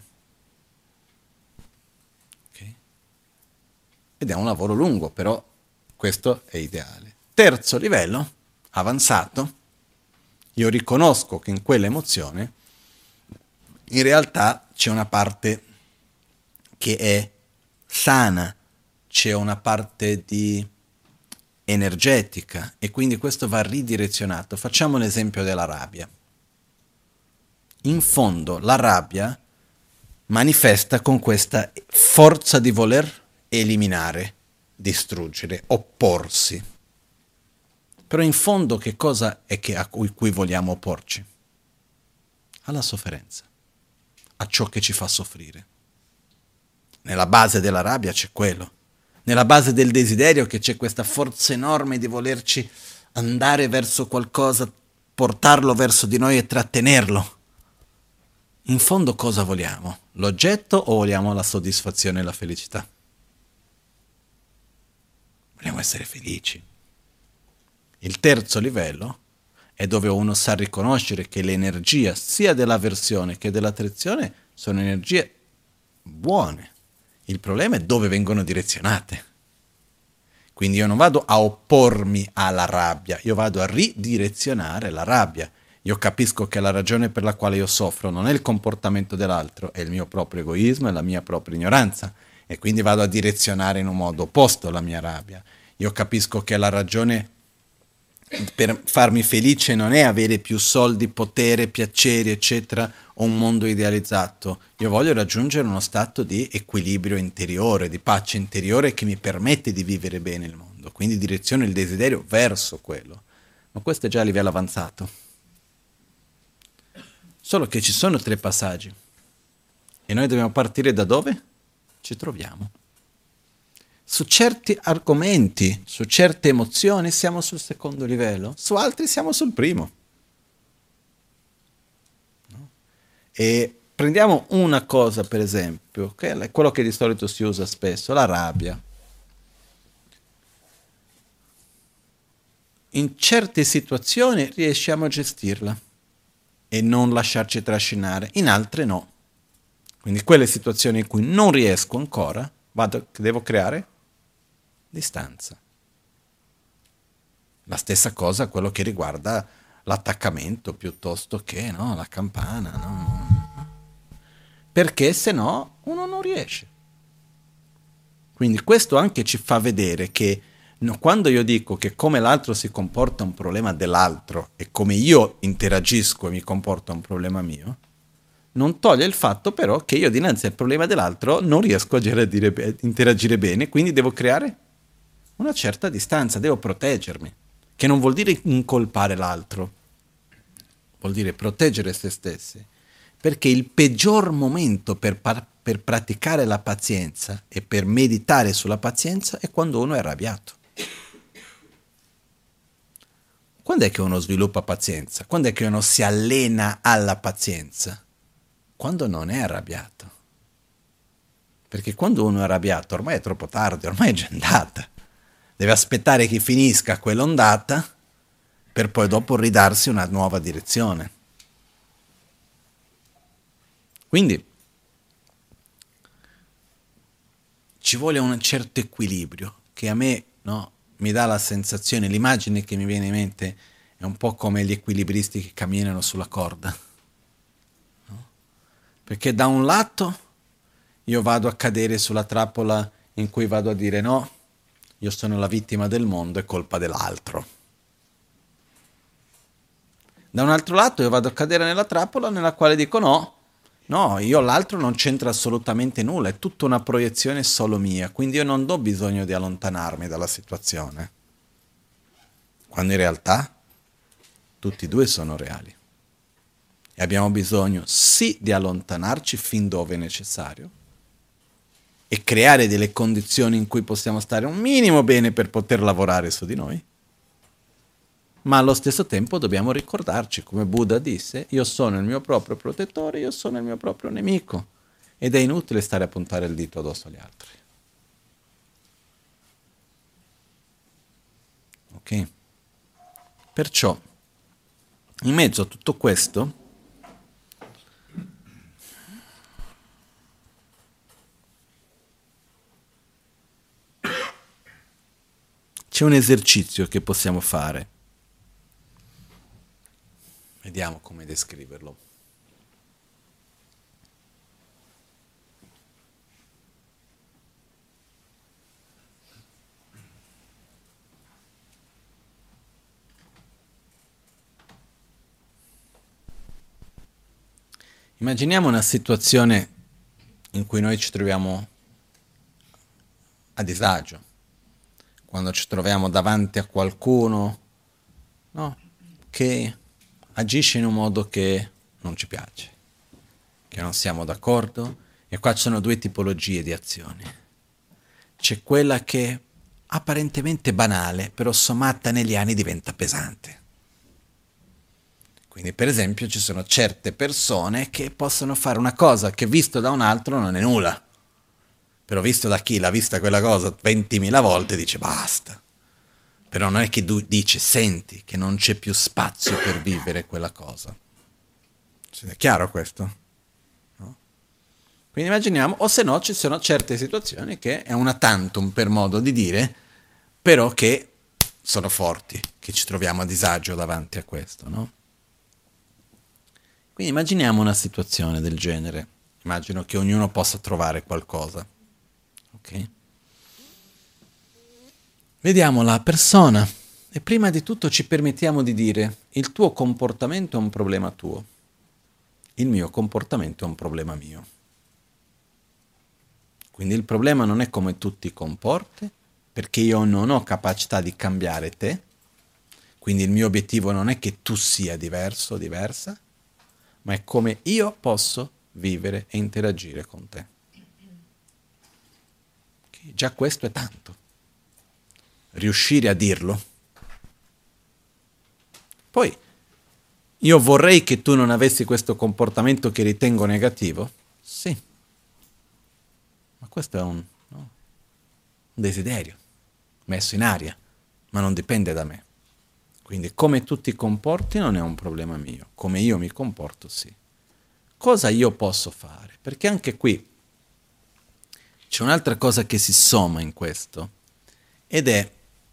Ed è un lavoro lungo, però questo è ideale. Terzo livello, avanzato, io riconosco che in quell'emozione in realtà c'è una parte che è sana, c'è una parte di energetica e quindi questo va ridirezionato. Facciamo l'esempio della rabbia. In fondo la rabbia manifesta con questa forza di voler eliminare, distruggere, opporsi. Però in fondo che cosa è che a cui, cui vogliamo opporci? Alla sofferenza, a ciò che ci fa soffrire. Nella base della rabbia c'è quello, nella base del desiderio che c'è questa forza enorme di volerci andare verso qualcosa, portarlo verso di noi e trattenerlo. In fondo cosa vogliamo? L'oggetto o vogliamo la soddisfazione e la felicità? Vogliamo essere felici. Il terzo livello è dove uno sa riconoscere che l'energia sia dell'avversione che dell'attrazione sono energie buone. Il problema è dove vengono direzionate. Quindi io non vado a oppormi alla rabbia, io vado a ridirezionare la rabbia. Io capisco che la ragione per la quale io soffro non è il comportamento dell'altro, è il mio proprio egoismo e la mia propria ignoranza. E quindi vado a direzionare in un modo opposto la mia rabbia. Io capisco che la ragione per farmi felice non è avere più soldi, potere, piaceri, eccetera, o un mondo idealizzato. Io voglio raggiungere uno stato di equilibrio interiore, di pace interiore che mi permette di vivere bene il mondo. Quindi direziono il desiderio verso quello. Ma questo è già a livello avanzato. Solo che ci sono tre passaggi. E noi dobbiamo partire da dove? Ci troviamo. Su certi argomenti, su certe emozioni siamo sul secondo livello, su altri siamo sul primo. No? E prendiamo una cosa per esempio, che è quello che di solito si usa spesso, la rabbia. In certe situazioni riusciamo a gestirla e non lasciarci trascinare, in altre no. Quindi quelle situazioni in cui non riesco ancora, vado, devo creare distanza. La stessa cosa quello che riguarda l'attaccamento piuttosto che no, la campana, no? Perché se no uno non riesce. Quindi questo anche ci fa vedere che no, quando io dico che come l'altro si comporta un problema dell'altro e come io interagisco e mi comporta un problema mio, non toglie il fatto però che io dinanzi al problema dell'altro non riesco a dire, interagire bene, quindi devo creare una certa distanza, devo proteggermi, che non vuol dire incolpare l'altro, vuol dire proteggere se stessi, perché il peggior momento per, par- per praticare la pazienza e per meditare sulla pazienza è quando uno è arrabbiato. Quando è che uno sviluppa pazienza? Quando è che uno si allena alla pazienza? Quando non è arrabbiato. Perché quando uno è arrabbiato ormai è troppo tardi, ormai è già andata. Deve aspettare che finisca quell'ondata per poi dopo ridarsi una nuova direzione. Quindi ci vuole un certo equilibrio che a me, no, mi dà la sensazione, l'immagine che mi viene in mente è un po' come gli equilibristi che camminano sulla corda. No? Perché da un lato io vado a cadere sulla trappola in cui vado a dire no, io sono la vittima del mondo, è colpa dell'altro. Da un altro lato io vado a cadere nella trappola nella quale dico no, no, io l'altro non c'entra assolutamente nulla, è tutta una proiezione solo mia, quindi io non ho bisogno di allontanarmi dalla situazione. Quando in realtà tutti e due sono reali. E abbiamo bisogno sì di allontanarci fin dove è necessario e creare delle condizioni in cui possiamo stare un minimo bene per poter lavorare su di noi, ma allo stesso tempo dobbiamo ricordarci, come Buddha disse, io sono il mio proprio protettore, io sono il mio proprio nemico, ed è inutile stare a puntare il dito addosso agli altri. Ok? Perciò, in mezzo a tutto questo, c'è un esercizio che possiamo fare. Vediamo come descriverlo. Immaginiamo una situazione in cui noi ci troviamo a disagio, quando ci troviamo davanti a qualcuno, no, che agisce in un modo che non ci piace, che non siamo d'accordo, e qua ci sono due tipologie di azioni. C'è quella che apparentemente banale, però sommata negli anni diventa pesante. Quindi per esempio ci sono certe persone che possono fare una cosa che visto da un altro non è nulla, però visto da chi l'ha vista quella cosa ventimila volte dice basta. Però non è che du- dice senti che non c'è più spazio per vivere quella cosa. È chiaro questo? No? Quindi immaginiamo, o se no ci sono certe situazioni che è una tantum per modo di dire, però che sono forti, che ci troviamo a disagio davanti a questo, no? Quindi immaginiamo una situazione del genere. Immagino che ognuno possa trovare qualcosa. Ok? Vediamo la persona e prima di tutto ci permettiamo di dire il tuo comportamento è un problema tuo, il mio comportamento è un problema mio. Quindi il problema non è come tu ti comporti, perché io non ho capacità di cambiare te, quindi il mio obiettivo non è che tu sia diverso o diversa, ma è come io posso vivere e interagire con te. Okay? Già questo è tanto. Riuscire a dirlo. Poi, io vorrei che tu non avessi questo comportamento che ritengo negativo? Sì. Ma questo è un, no? un desiderio messo in aria, ma non dipende da me. Quindi come tu ti comporti non è un problema mio, come io mi comporto sì. Cosa io posso fare? Perché anche qui c'è un'altra cosa che si somma in questo, ed è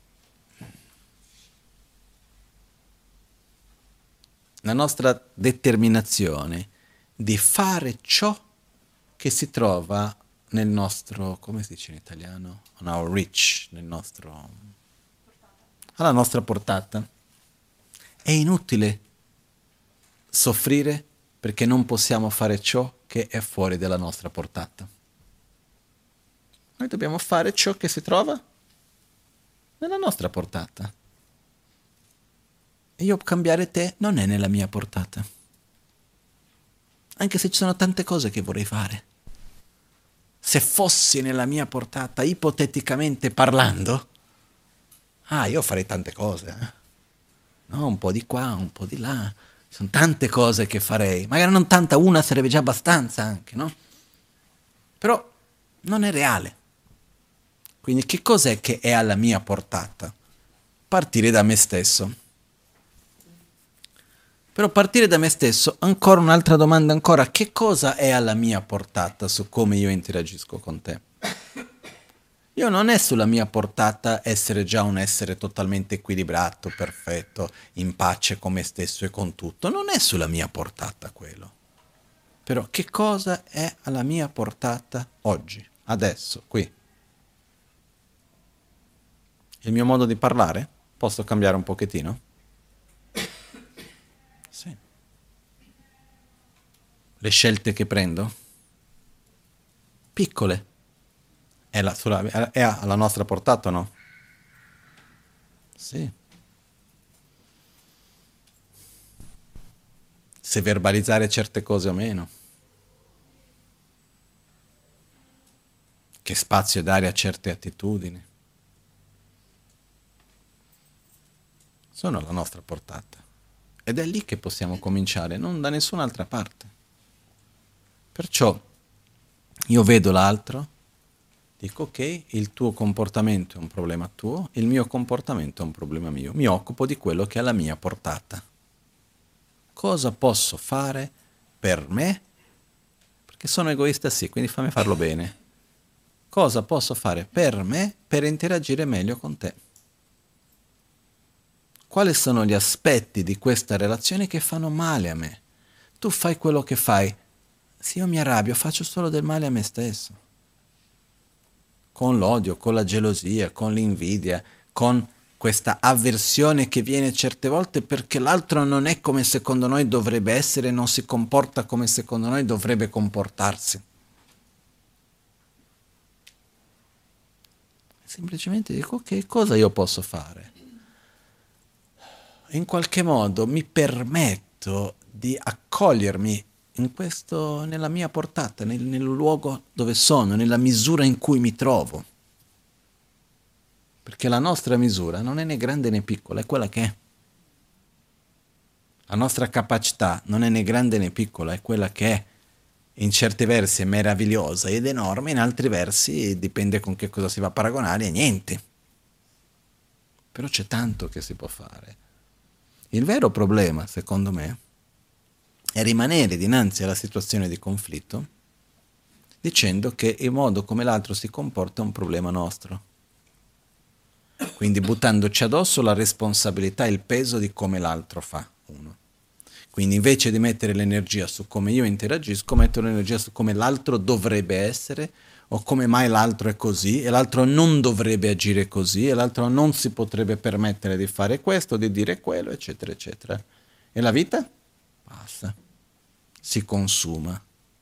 la nostra determinazione di fare ciò che si trova nel nostro, come si dice in italiano? On our reach, nel nostro, alla nostra portata. È inutile soffrire perché non possiamo fare ciò che è fuori dalla nostra portata. Noi dobbiamo fare ciò che si trova nella nostra portata. E io cambiare te non è nella mia portata. Anche se ci sono tante cose che vorrei fare. Se fossi nella mia portata, ipoteticamente parlando, ah, io farei tante cose, eh? No, un po' di qua, un po' di là. Sono tante cose che farei. Magari non tanta, una sarebbe già abbastanza anche, no? Però non è reale. Quindi che cos'è che è alla mia portata? Partire da me stesso. Però partire da me stesso, ancora un'altra domanda ancora, che cosa è alla mia portata su come io interagisco con te? Io non è sulla mia portata essere già un essere totalmente equilibrato, perfetto, in pace con me stesso e con tutto. Non è sulla mia portata quello. Però che cosa è alla mia portata oggi, adesso, qui? Il mio modo di parlare? Posso cambiare un pochettino? Sì. Le scelte che prendo? Piccole. È, la, sulla, è alla nostra portata o no? Sì. Se verbalizzare certe cose o meno. Che spazio dare a certe attitudini. Sono alla nostra portata. Ed è lì che possiamo cominciare, non da nessun'altra parte. Perciò io vedo l'altro, dico ok, il tuo comportamento è un problema tuo, il mio comportamento è un problema mio. Mi occupo di quello che è alla mia portata. Cosa posso fare per me? Perché sono egoista sì, quindi fammi farlo bene. Cosa posso fare per me per interagire meglio con te? Quali sono gli aspetti di questa relazione che fanno male a me? Tu fai quello che fai. Se io mi arrabbio, faccio solo del male a me stesso. Con l'odio, con la gelosia, con l'invidia, con questa avversione che viene certe volte perché l'altro non è come secondo noi dovrebbe essere, non si comporta come secondo noi dovrebbe comportarsi. Semplicemente dico, ok, cosa io posso fare? In qualche modo mi permetto di accogliermi in questo, nella mia portata, nel, nel luogo dove sono, nella misura in cui mi trovo. Perché la nostra misura non è né grande né piccola, è quella che è. La nostra capacità non è né grande né piccola, è quella che è. In certi versi è meravigliosa ed enorme, in altri versi dipende con che cosa si va a paragonare, è niente. Però c'è tanto che si può fare. Il vero problema, secondo me, è rimanere dinanzi alla situazione di conflitto dicendo che il modo come l'altro si comporta è un problema nostro. Quindi buttandoci addosso la responsabilità e il peso di come l'altro fa, uno. Quindi invece di mettere l'energia su come io interagisco, metto l'energia su come l'altro dovrebbe essere o come mai l'altro è così e l'altro non dovrebbe agire così e l'altro non si potrebbe permettere di fare questo, di dire quello, eccetera, eccetera. E la vita? Passa. Si consuma.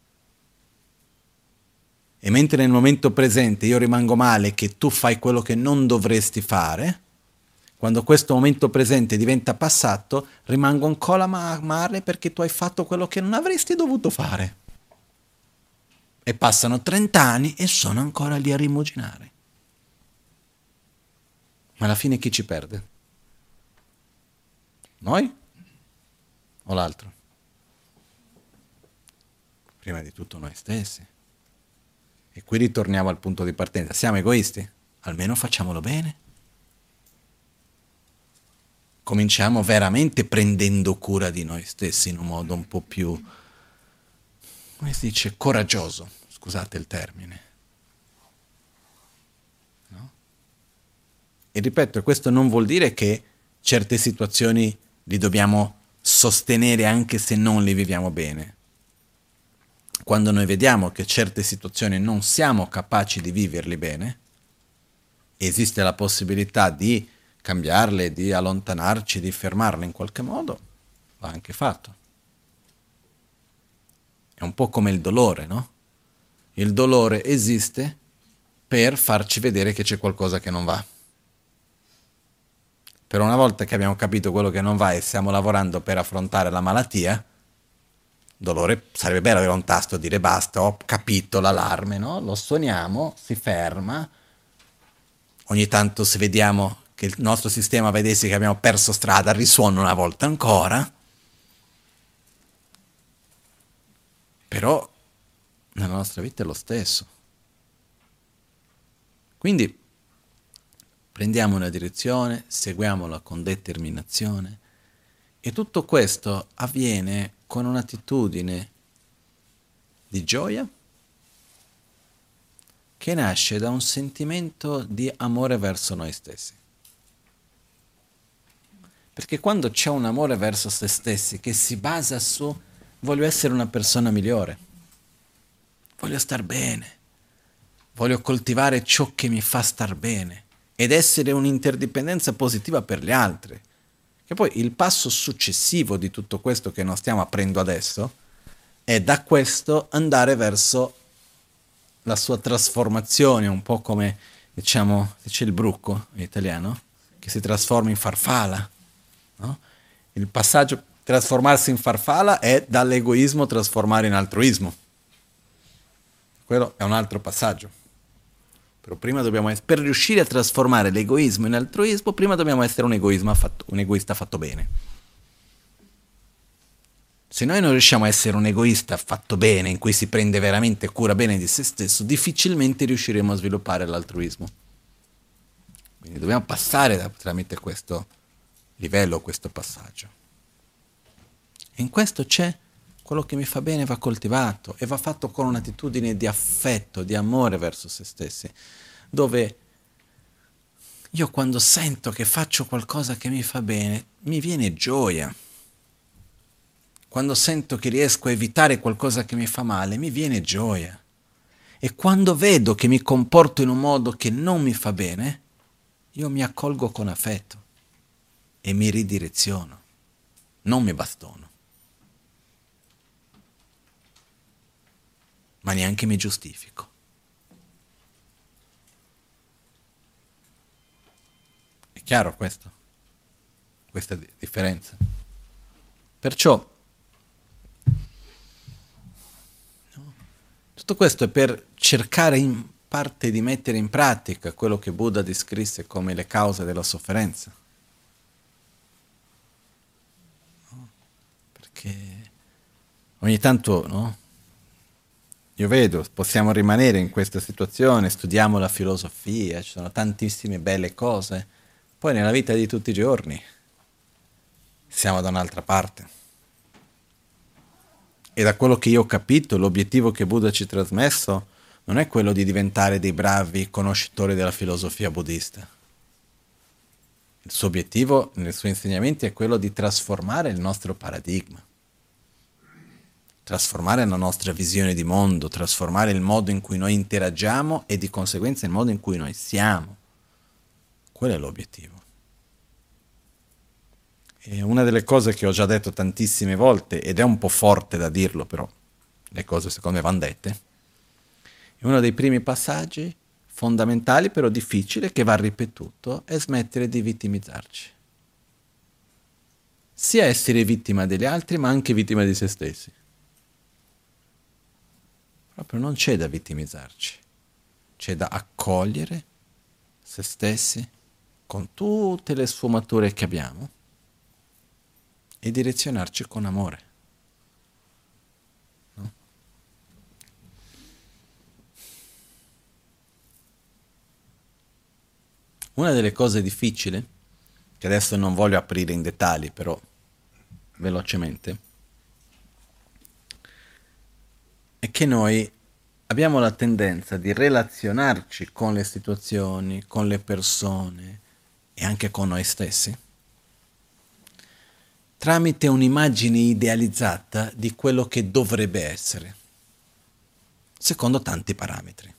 E mentre nel momento presente io rimango male che tu fai quello che non dovresti fare, quando questo momento presente diventa passato, rimango ancora male perché tu hai fatto quello che non avresti dovuto fare. E passano trenta anni e sono ancora lì a rimuginare. Ma alla fine chi ci perde? Noi o l'altro? Prima di tutto noi stessi. E qui ritorniamo al punto di partenza. Siamo egoisti? Almeno facciamolo bene. Cominciamo veramente prendendo cura di noi stessi in un modo un po' più, come si dice, coraggioso. Scusate il termine. No? E ripeto, questo non vuol dire che certe situazioni li dobbiamo sostenere anche se non li viviamo bene. Quando noi vediamo che certe situazioni non siamo capaci di viverli bene, esiste la possibilità di cambiarle, di allontanarci, di fermarle in qualche modo, va anche fatto. È un po' come il dolore, no? Il dolore esiste per farci vedere che c'è qualcosa che non va. Per una volta che abbiamo capito quello che non va e stiamo lavorando per affrontare la malattia, dolore sarebbe bello avere un tasto e dire basta, ho capito l'allarme, no? Lo suoniamo, si ferma. Ogni tanto se vediamo che il nostro sistema vedesse che abbiamo perso strada, risuona una volta ancora. Però nella nostra vita è lo stesso. Quindi prendiamo una direzione, seguiamola con determinazione e tutto questo avviene con un'attitudine di gioia, che nasce da un sentimento di amore verso noi stessi. Perché quando c'è un amore verso se stessi che si basa su voglio essere una persona migliore, voglio star bene, voglio coltivare ciò che mi fa star bene ed essere un'interdipendenza positiva per gli altri. Che poi il passo successivo di tutto questo che non stiamo aprendo adesso è da questo andare verso la sua trasformazione, un po' come, diciamo, dice il bruco in italiano, che si trasforma in farfalla, no? Il passaggio trasformarsi in farfalla è dall'egoismo trasformare in altruismo. Quello è un altro passaggio. Però prima dobbiamo essere, per riuscire a trasformare l'egoismo in altruismo, prima dobbiamo essere un, egoismo fatto, un egoista fatto bene. Se noi non riusciamo a essere un egoista fatto bene, in cui si prende veramente cura bene di se stesso, difficilmente riusciremo a sviluppare l'altruismo. Quindi dobbiamo passare da, tramite questo livello, questo passaggio. E in questo c'è quello che mi fa bene va coltivato e va fatto con un'attitudine di affetto, di amore verso se stessi, dove io quando sento che faccio qualcosa che mi fa bene, mi viene gioia. Quando sento che riesco a evitare qualcosa che mi fa male, mi viene gioia. E quando vedo che mi comporto in un modo che non mi fa bene, io mi accolgo con affetto e mi ridireziono, non mi bastono. Ma neanche mi giustifico. È chiaro questo? Questa differenza. Perciò tutto questo è per cercare in parte di mettere in pratica quello che Buddha descrisse come le cause della sofferenza. No? Perché ogni tanto, no? Io vedo, possiamo rimanere in questa situazione, studiamo la filosofia, ci sono tantissime belle cose, poi nella vita di tutti i giorni siamo da un'altra parte. E da quello che io ho capito, l'obiettivo che Buddha ci ha trasmesso non è quello di diventare dei bravi conoscitori della filosofia buddista. Il suo obiettivo nei suoi insegnamenti è quello di trasformare il nostro paradigma, trasformare la nostra visione di mondo, trasformare il modo in cui noi interagiamo e di conseguenza il modo in cui noi siamo. Quello è l'obiettivo. E una delle cose che ho già detto tantissime volte, ed è un po' forte da dirlo, però le cose secondo me vanno dette, è uno dei primi passaggi fondamentali, però difficile, che va ripetuto, è smettere di vittimizzarci. Sia essere vittima degli altri, ma anche vittima di se stessi. Proprio non c'è da vittimizzarci, c'è da accogliere se stessi con tutte le sfumature che abbiamo e direzionarci con amore. No? Una delle cose difficili, che adesso non voglio aprire in dettagli, però velocemente, è che noi abbiamo la tendenza di relazionarci con le situazioni, con le persone e anche con noi stessi tramite un'immagine idealizzata di quello che dovrebbe essere, secondo tanti parametri.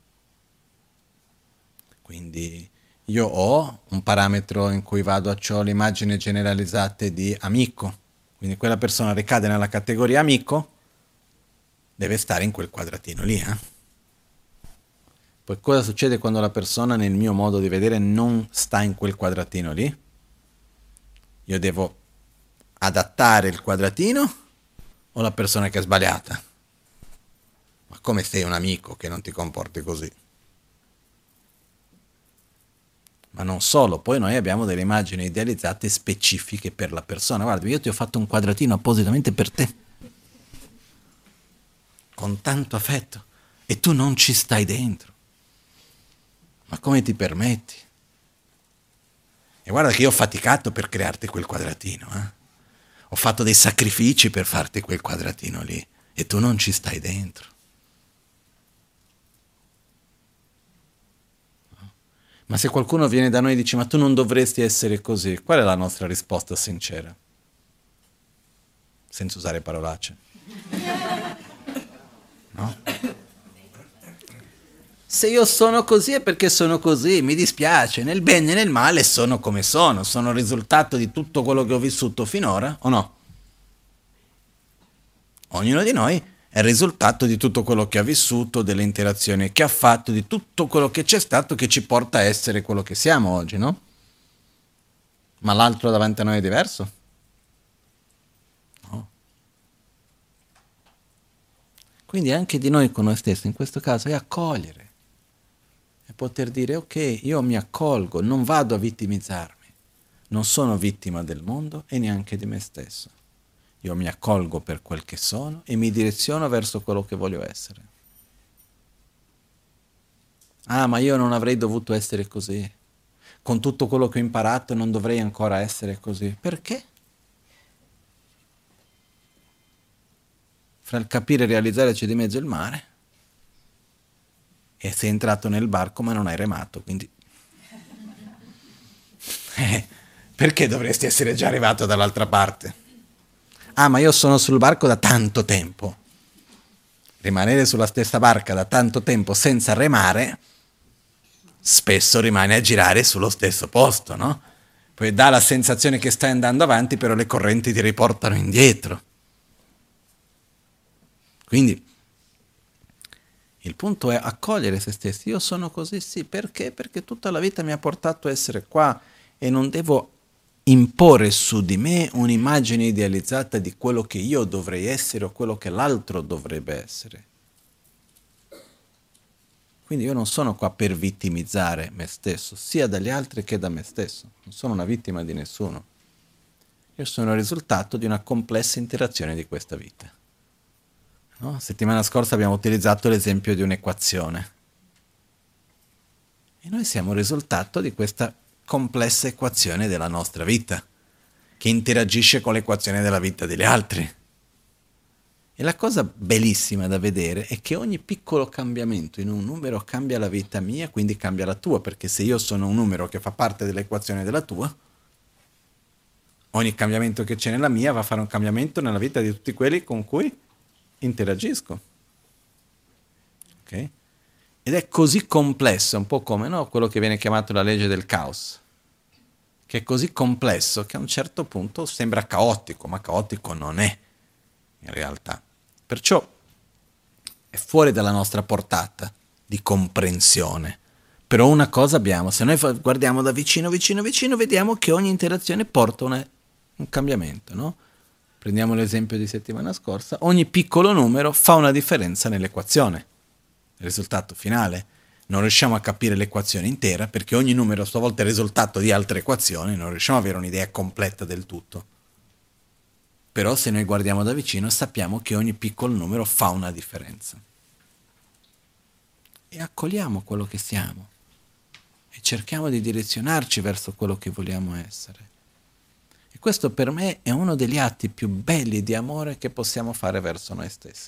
Quindi io ho un parametro in cui vado a ciò l'immagine generalizzata di amico, quindi quella persona ricade nella categoria amico, deve stare in quel quadratino lì. Eh? Poi cosa succede quando la persona, nel mio modo di vedere, non sta in quel quadratino lì? Io devo adattare il quadratino o la persona che è sbagliata? Ma come sei un amico che non ti comporti così? Ma non solo, poi noi abbiamo delle immagini idealizzate specifiche per la persona. Guarda, io ti ho fatto un quadratino appositamente per te, con tanto affetto, e tu non ci stai dentro. Ma come ti permetti? E guarda che io ho faticato per crearti quel quadratino, eh? Ho fatto dei sacrifici per farti quel quadratino lì, e tu non ci stai dentro. Ma se qualcuno viene da noi e dice ma tu non dovresti essere così, qual è la nostra risposta sincera? Senza usare parolacce. No? Se io sono così è perché sono così, mi dispiace, nel bene e nel male sono come sono, sono il risultato di tutto quello che ho vissuto finora, o no? Ognuno di noi è il risultato di tutto quello che ha vissuto, delle interazioni che ha fatto, di tutto quello che c'è stato che ci porta a essere quello che siamo oggi, no? Ma l'altro davanti a noi è diverso? No. Quindi anche di noi con noi stessi, in questo caso, è accogliere. E poter dire, ok, io mi accolgo, non vado a vittimizzarmi. Non sono vittima del mondo e neanche di me stesso. Io mi accolgo per quel che sono e mi direziono verso quello che voglio essere. Ah, ma io non avrei dovuto essere così. Con tutto quello che ho imparato non dovrei ancora essere così. Perché? Fra il capire e realizzare c'è di mezzo il mare. E sei entrato nel barco ma non hai remato, quindi... Eh, perché dovresti essere già arrivato dall'altra parte? Ah, ma io sono sul barco da tanto tempo. Rimanere sulla stessa barca da tanto tempo senza remare, spesso rimane a girare sullo stesso posto, no? Poi dà la sensazione che stai andando avanti, però le correnti ti riportano indietro. Quindi il punto è accogliere se stessi. Io sono così, sì, perché? Perché tutta la vita mi ha portato a essere qua e non devo imporre su di me un'immagine idealizzata di quello che io dovrei essere o quello che l'altro dovrebbe essere. Quindi io non sono qua per vittimizzare me stesso, sia dagli altri che da me stesso. Non sono una vittima di nessuno. Io sono il risultato di una complessa interazione di questa vita. No? Settimana scorsa abbiamo utilizzato l'esempio di un'equazione. E noi siamo il risultato di questa complessa equazione della nostra vita, che interagisce con l'equazione della vita degli altri. E la cosa bellissima da vedere è che ogni piccolo cambiamento in un numero cambia la vita mia, quindi cambia la tua, perché se io sono un numero che fa parte dell'equazione della tua, ogni cambiamento che c'è nella mia va a fare un cambiamento nella vita di tutti quelli con cui interagisco. Ok? Ed è così complesso, un po' come no, quello che viene chiamato la legge del caos, che è così complesso che a un certo punto sembra caotico, ma caotico non è in realtà. Perciò è fuori dalla nostra portata di comprensione. Però una cosa abbiamo, se noi guardiamo da vicino, vicino, vicino, vediamo che ogni interazione porta una, un cambiamento, no? Prendiamo l'esempio di settimana scorsa, ogni piccolo numero fa una differenza nell'equazione. Il risultato finale. Non riusciamo a capire l'equazione intera perché ogni numero a sua volta è il risultato di altre equazioni, non riusciamo ad avere un'idea completa del tutto. Però se noi guardiamo da vicino sappiamo che ogni piccolo numero fa una differenza. E accogliamo quello che siamo e cerchiamo di direzionarci verso quello che vogliamo essere. E questo per me è uno degli atti più belli di amore che possiamo fare verso noi stessi.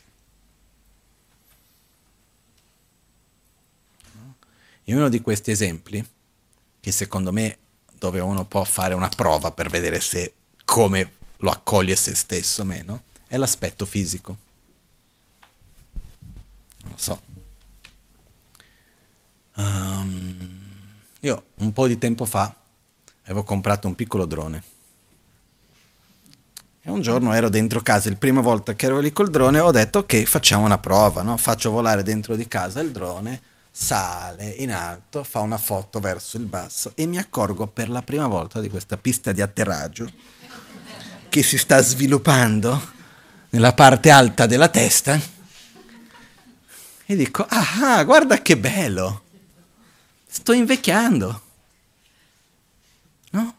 In uno di questi esempi, che secondo me dove uno può fare una prova per vedere se come lo accoglie se stesso o meno, è l'aspetto fisico. Non lo so. Um, io un po' di tempo fa avevo comprato un piccolo drone. E un giorno ero dentro casa, la prima volta che ero lì col drone ho detto ok, facciamo una prova, no? Faccio volare dentro di casa il drone, sale in alto, fa una foto verso il basso e mi accorgo per la prima volta di questa pista di atterraggio che si sta sviluppando nella parte alta della testa e dico, ah, guarda che bello, sto invecchiando, no?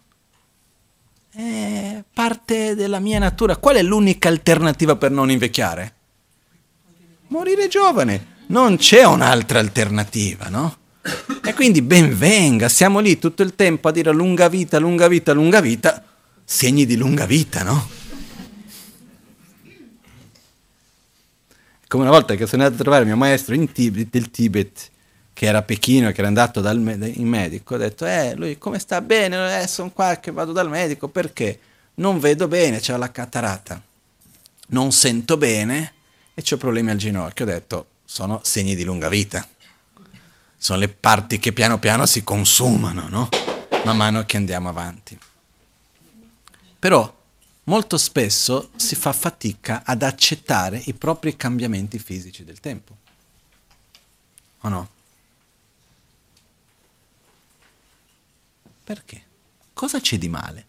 È parte della mia natura. Qual è l'unica alternativa per non invecchiare? Morire giovane. Non c'è un'altra alternativa, no? E quindi ben venga, siamo lì tutto il tempo a dire lunga vita, lunga vita, lunga vita, segni di lunga vita, no? Come una volta che sono andato a trovare mio maestro in Tibet, del Tibet, che era a Pechino e che era andato dal me- in medico, ha detto, eh, lui come sta bene? Eh, sono qua che vado dal medico, perché? Non vedo bene, c'ho la catarata, non sento bene e c'ho problemi al ginocchio. Ho detto, sono segni di lunga vita, sono le parti che piano piano si consumano, no? Man mano che andiamo avanti. Però molto spesso si fa fatica ad accettare i propri cambiamenti fisici del tempo, o no? Perché? Cosa c'è di male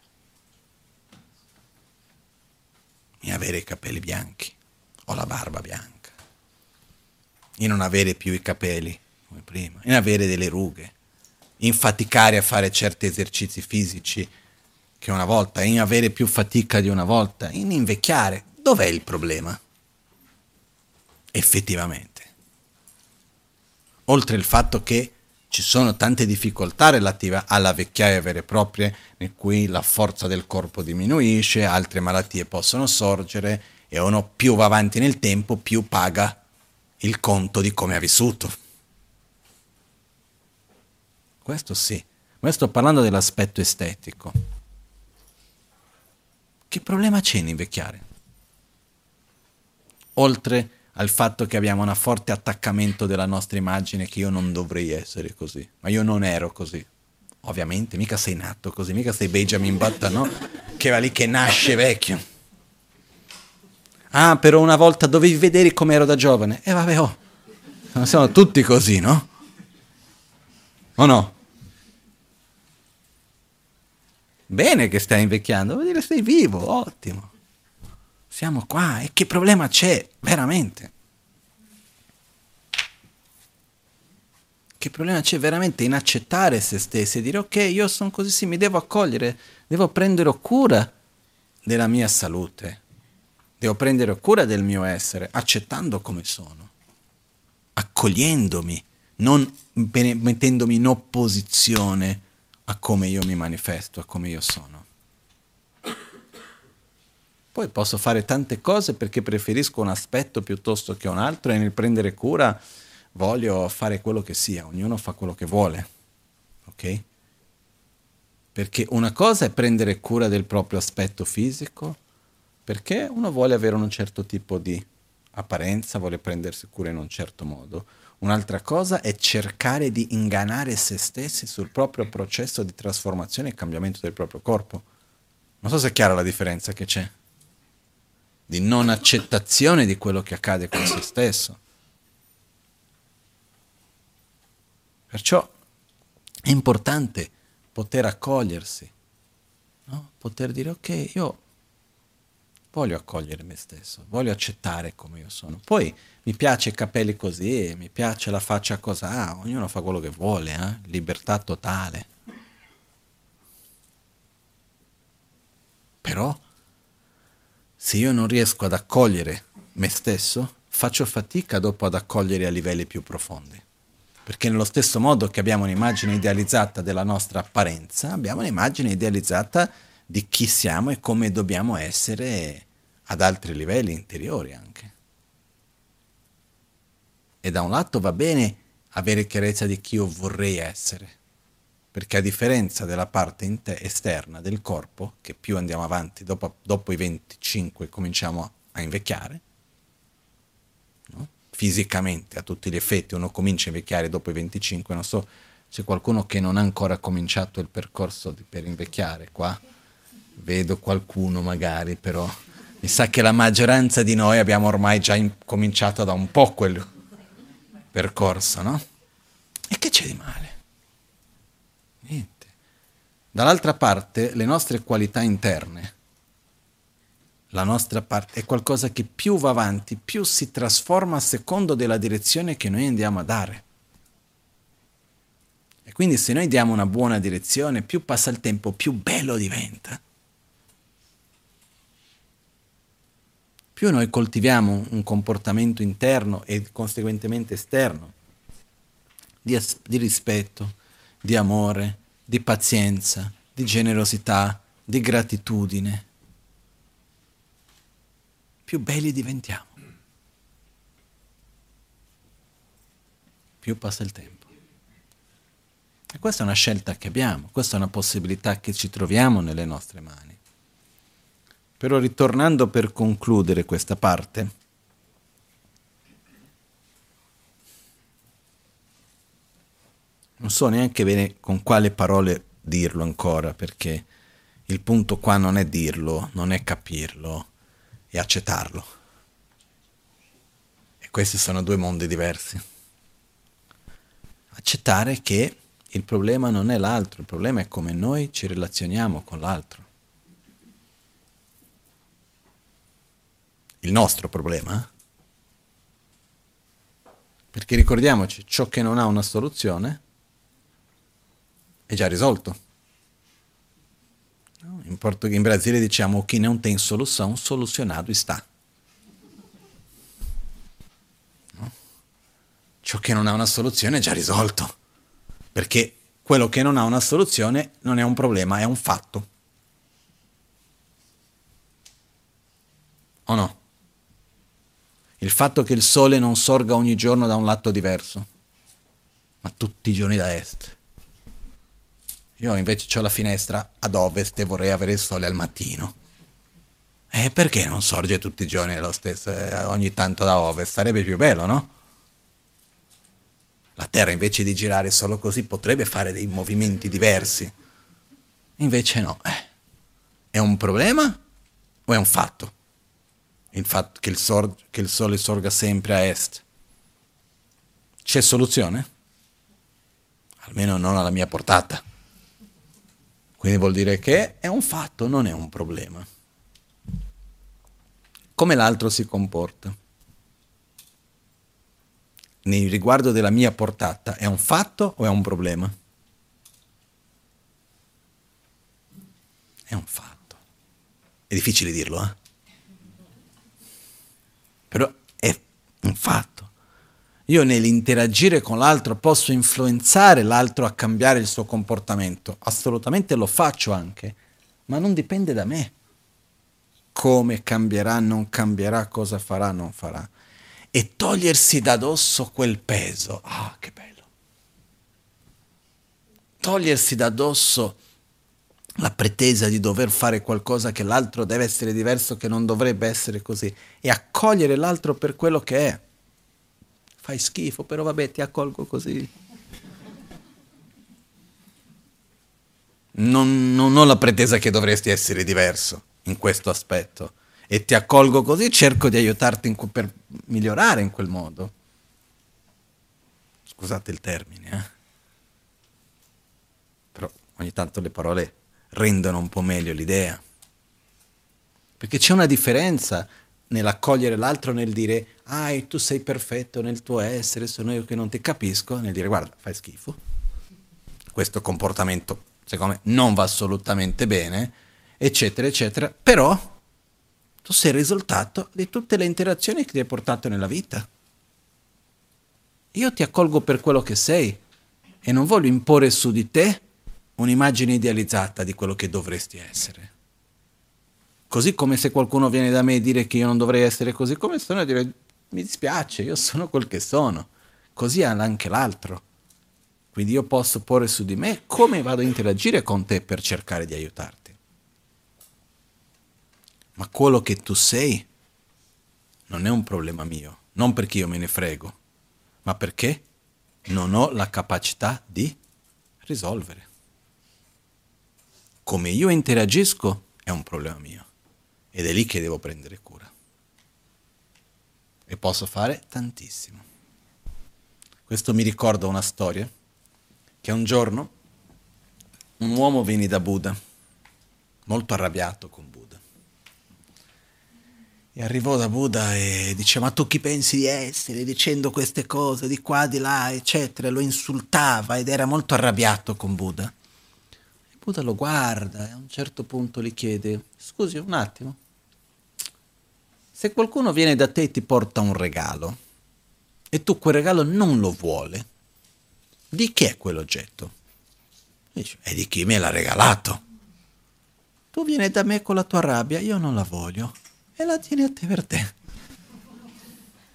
in avere i capelli bianchi o la barba bianca, in non avere più i capelli come prima, in avere delle rughe, in faticare a fare certi esercizi fisici che una volta, in avere più fatica di una volta, in invecchiare? Dov'è il problema? Effettivamente. Oltre il fatto che ci sono tante difficoltà relative alla vecchiaia vera e propria, in cui la forza del corpo diminuisce, altre malattie possono sorgere e uno più va avanti nel tempo, più paga il conto di come ha vissuto. Questo sì, ma sto parlando dell'aspetto estetico. Che problema c'è in invecchiare? Oltre al fatto che abbiamo un forte attaccamento della nostra immagine, che io non dovrei essere così, ma io non ero così. Ovviamente, mica sei nato così, mica sei Benjamin Button, no? Che va lì che nasce vecchio. Ah, però una volta dovevi vedere come ero da giovane. E eh, vabbè, oh, non siamo tutti così, no? O no? Bene che stai invecchiando, vuol dire sei vivo, ottimo. Siamo qua, e che problema c'è, veramente? Che problema c'è veramente in accettare se stessi e dire ok, io sono così, sì, mi devo accogliere, devo prendere cura della mia salute, devo prendere cura del mio essere, accettando come sono, accogliendomi, non mettendomi in opposizione a come io mi manifesto, a come io sono. Poi posso fare tante cose perché preferisco un aspetto piuttosto che un altro e nel prendere cura voglio fare quello che sia, ognuno fa quello che vuole, ok? Perché una cosa è prendere cura del proprio aspetto fisico, perché uno vuole avere un certo tipo di apparenza, vuole prendersi cura in un certo modo. Un'altra cosa è cercare di ingannare se stessi sul proprio processo di trasformazione e cambiamento del proprio corpo. Non so se è chiara la differenza che c'è. Di non accettazione di quello che accade con se stesso. Perciò è importante poter accogliersi, no? Poter dire ok, io voglio accogliere me stesso, voglio accettare come io sono. Poi mi piace i capelli così, mi piace la faccia così, ah, ognuno fa quello che vuole, eh? Libertà totale. Però se io non riesco ad accogliere me stesso, faccio fatica dopo ad accogliere a livelli più profondi. Perché nello stesso modo che abbiamo un'immagine idealizzata della nostra apparenza, abbiamo un'immagine idealizzata di chi siamo e come dobbiamo essere ad altri livelli interiori anche. E da un lato va bene avere chiarezza di chi io vorrei essere, perché a differenza della parte inter- esterna del corpo, che più andiamo avanti, dopo, dopo i venticinque cominciamo a invecchiare, no? Fisicamente a tutti gli effetti uno comincia a invecchiare dopo i venticinque, non so se qualcuno che non ha ancora cominciato il percorso di, per invecchiare qua, vedo qualcuno magari, però mi sa che la maggioranza di noi abbiamo ormai già in, cominciato da un po' quel percorso, no? E che c'è di male? Niente. Dall'altra parte le nostre qualità interne, la nostra parte è qualcosa che più va avanti, più si trasforma a secondo della direzione che noi andiamo a dare. E quindi se noi diamo una buona direzione, più passa il tempo, più bello diventa. Più noi coltiviamo un comportamento interno e conseguentemente esterno di, as- di rispetto, di amore, di pazienza, di generosità, di gratitudine, più belli diventiamo. Più passa il tempo. E questa è una scelta che abbiamo, questa è una possibilità che ci troviamo nelle nostre mani. Però ritornando per concludere questa parte, non so neanche bene con quale parole dirlo ancora, perché il punto qua non è dirlo, non è capirlo, è accettarlo. E questi sono due mondi diversi. Accettare che il problema non è l'altro, il problema è come noi ci relazioniamo con l'altro. Il nostro problema. Perché ricordiamoci, ciò che non ha una soluzione è già risolto. In, Porto- in Brasile diciamo chi non tem solução, solucionado está. No? Ciò che non ha una soluzione è già risolto. Perché quello che non ha una soluzione non è un problema, è un fatto. O no? Il fatto che il sole non sorga ogni giorno da un lato diverso, ma tutti i giorni da est. Io invece ho la finestra ad ovest e vorrei avere il sole al mattino. E perché non sorge tutti i giorni lo stesso, eh, ogni tanto da ovest? Sarebbe più bello, no? La Terra invece di girare solo così potrebbe fare dei movimenti diversi. Invece no. Eh. È un problema o è un fatto? Il fatto che il, sor- che il sole sorga sempre a est. C'è soluzione? Almeno non alla mia portata. Quindi vuol dire che è un fatto, non è un problema. Come l'altro si comporta? Nel riguardo della mia portata, è un fatto o è un problema? È un fatto. È difficile dirlo, eh? Però è un fatto. Io nell'interagire con l'altro posso influenzare l'altro a cambiare il suo comportamento. Assolutamente lo faccio anche, ma non dipende da me. Come cambierà, non cambierà, cosa farà, non farà. E togliersi da dosso quel peso. Ah, che bello. Togliersi da dosso la pretesa di dover fare qualcosa che l'altro deve essere diverso, che non dovrebbe essere così. E accogliere l'altro per quello che è. Fai schifo, però vabbè, ti accolgo così. Non, non ho la pretesa che dovresti essere diverso in questo aspetto. E ti accolgo così, cerco di aiutarti in, per migliorare in quel modo. Scusate il termine, eh? Però ogni tanto le parole rendono un po' meglio l'idea. Perché c'è una differenza nell'accogliere l'altro, nel dire ah, tu sei perfetto nel tuo essere, sono io che non ti capisco, nel dire guarda, fai schifo. Questo comportamento, secondo me, non va assolutamente bene, eccetera, eccetera. Però tu sei il risultato di tutte le interazioni che ti hai portato nella vita. Io ti accolgo per quello che sei e non voglio imporre su di te un'immagine idealizzata di quello che dovresti essere. Così come se qualcuno viene da me a dire che io non dovrei essere così come sono, a dire mi dispiace, io sono quel che sono. Così ha anche l'altro. Quindi io posso porre su di me come vado a interagire con te per cercare di aiutarti. Ma quello che tu sei non è un problema mio, non perché io me ne frego, ma perché non ho la capacità di risolvere. Come io interagisco è un problema mio ed è lì che devo prendere cura. E posso fare tantissimo. Questo mi ricorda una storia che un giorno un uomo venne da Buddha, molto arrabbiato con Buddha. E arrivò da Buddha e dice ma tu chi pensi di essere dicendo queste cose di qua, di là, eccetera. Lo insultava ed era molto arrabbiato con Buddha. E Buddha lo guarda e a un certo punto gli chiede scusi un attimo, se qualcuno viene da te e ti porta un regalo e tu quel regalo non lo vuole, di chi è quell'oggetto? Dice, è di chi me l'ha regalato. Tu vieni da me con la tua rabbia, io non la voglio. E la tieni a te per te.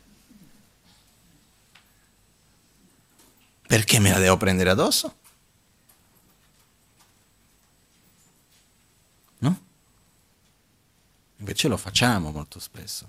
Perché me la devo prendere addosso? invece lo facciamo molto spesso.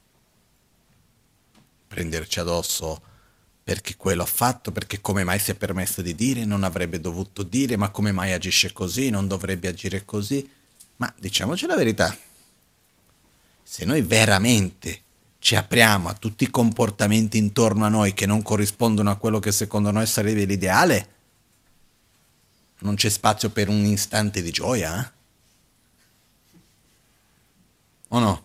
Prenderci addosso perché quello ha fatto, perché come mai si è permesso di dire, non avrebbe dovuto dire, ma come mai agisce così, non dovrebbe agire così. Ma diciamoci la verità, se noi veramente ci apriamo a tutti i comportamenti intorno a noi che non corrispondono a quello che secondo noi sarebbe l'ideale, non c'è spazio per un istante di gioia, eh? O no?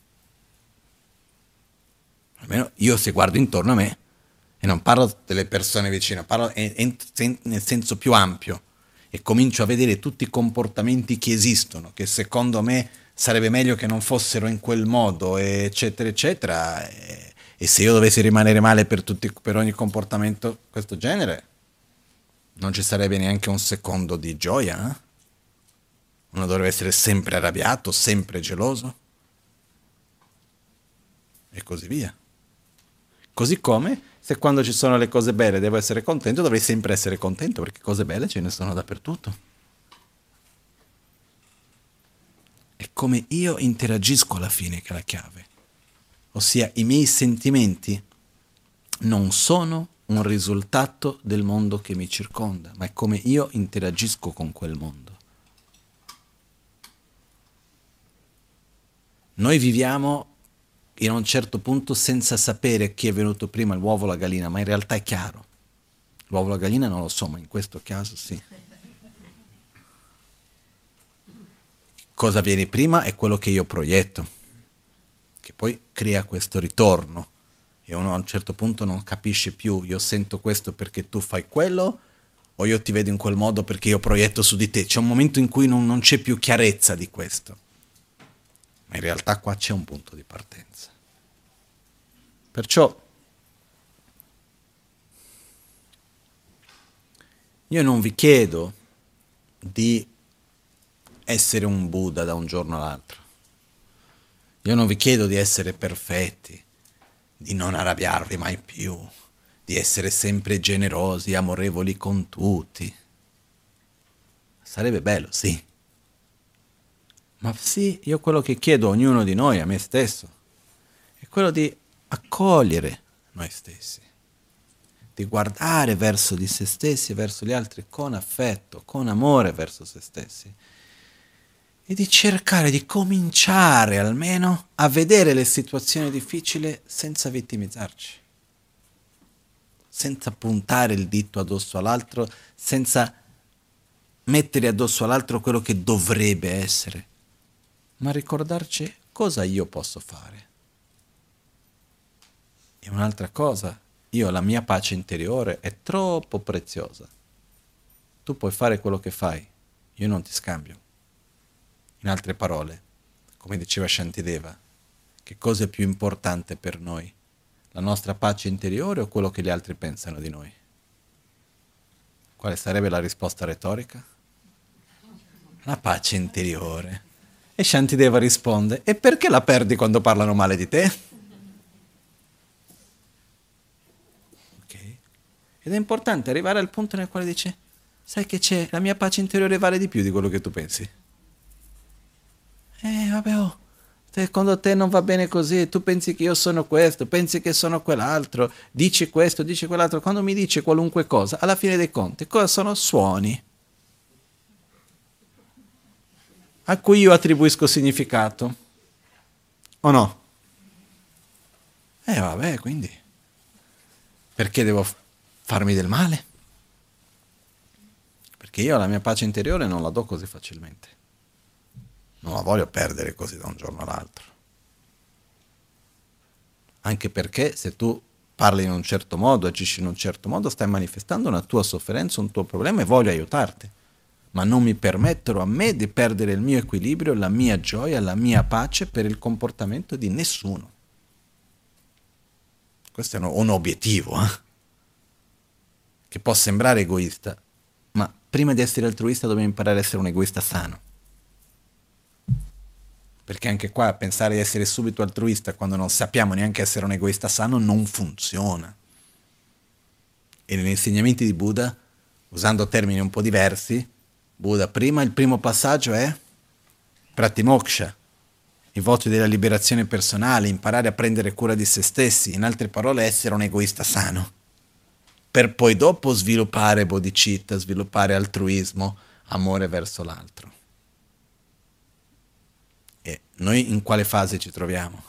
Almeno io se guardo intorno a me, e non parlo delle persone vicine, parlo nel senso più ampio, e comincio a vedere tutti i comportamenti che esistono, che secondo me sarebbe meglio che non fossero in quel modo, eccetera, eccetera, e, e se io dovessi rimanere male per, tutti, per ogni comportamento di questo genere, non ci sarebbe neanche un secondo di gioia, eh? Uno dovrebbe essere sempre arrabbiato, sempre geloso, e così via. Così come se quando ci sono le cose belle devo essere contento, dovrei sempre essere contento, perché cose belle ce ne sono dappertutto. È come io interagisco alla fine che è la chiave. Ossia, i miei sentimenti non sono un risultato del mondo che mi circonda, ma è come io interagisco con quel mondo. Noi viviamo in un certo punto senza sapere chi è venuto prima, l'uovo o la gallina, ma in realtà è chiaro. L'uovo o la gallina non lo so, ma in questo caso sì. Cosa viene prima è quello che io proietto, che poi crea questo ritorno. E uno a un certo punto non capisce più, io sento questo perché tu fai quello, o io ti vedo in quel modo perché io proietto su di te. C'è un momento in cui non, non c'è più chiarezza di questo. Ma in realtà qua c'è un punto di partenza. Perciò io non vi chiedo di essere un Buddha da un giorno all'altro. Io non vi chiedo di essere perfetti, di non arrabbiarvi mai più, di essere sempre generosi, amorevoli con tutti. Sarebbe bello, sì. Ma sì, io quello che chiedo a ognuno di noi, a me stesso, è quello di accogliere noi stessi, di guardare verso di se stessi e verso gli altri con affetto, con amore verso se stessi, e di cercare di cominciare almeno a vedere le situazioni difficili senza vittimizzarci, senza puntare il dito addosso all'altro, senza mettere addosso all'altro quello che dovrebbe essere, ma ricordarci cosa io posso fare. E un'altra cosa, io la mia pace interiore è troppo preziosa. Tu puoi fare quello che fai, io non ti scambio. In altre parole, come diceva Shantideva, che cosa è più importante per noi? La nostra pace interiore o quello che gli altri pensano di noi? Quale sarebbe la risposta retorica? La pace interiore. E Shantideva risponde, e perché la perdi quando parlano male di te? Ok. Ed è importante arrivare al punto nel quale dice, sai che c'è, la mia pace interiore vale di più di quello che tu pensi. Eh, vabbè, oh, secondo te non va bene così, tu pensi che io sono questo, pensi che sono quell'altro, dici questo, dici quell'altro. Quando mi dici qualunque cosa, alla fine dei conti, cosa sono? Suoni a cui io attribuisco significato. O no? Eh, vabbè, quindi, perché devo farmi del male? Perché io la mia pace interiore non la do così facilmente. Non la voglio perdere così da un giorno all'altro. Anche perché se tu parli in un certo modo, agisci in un certo modo, stai manifestando una tua sofferenza, un tuo problema e voglio aiutarti. Ma non mi permetterò a me di perdere il mio equilibrio, la mia gioia, la mia pace per il comportamento di nessuno. Questo è un, un obiettivo, eh? Che può sembrare egoista, ma prima di essere altruista dobbiamo imparare ad essere un egoista sano. Perché anche qua pensare di essere subito altruista quando non sappiamo neanche essere un egoista sano non funziona. E negli insegnamenti di Buddha, usando termini un po' diversi, Buddha prima il primo passaggio è pratimoksha, i voti della liberazione personale, imparare a prendere cura di se stessi, in altre parole essere un egoista sano, per poi dopo sviluppare bodhicitta, sviluppare altruismo, amore verso l'altro. E noi in quale fase ci troviamo?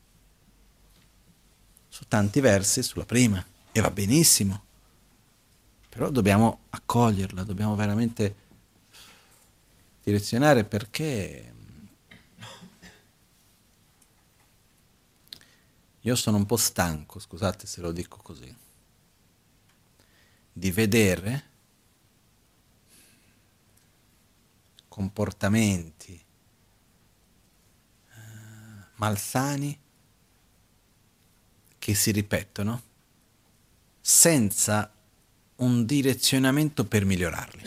Su tanti versi, sulla prima, e va benissimo, però dobbiamo accoglierla, dobbiamo veramente direzionare, perché io sono un po' stanco, scusate se lo dico così, di vedere comportamenti eh, malsani che si ripetono senza un direzionamento per migliorarli.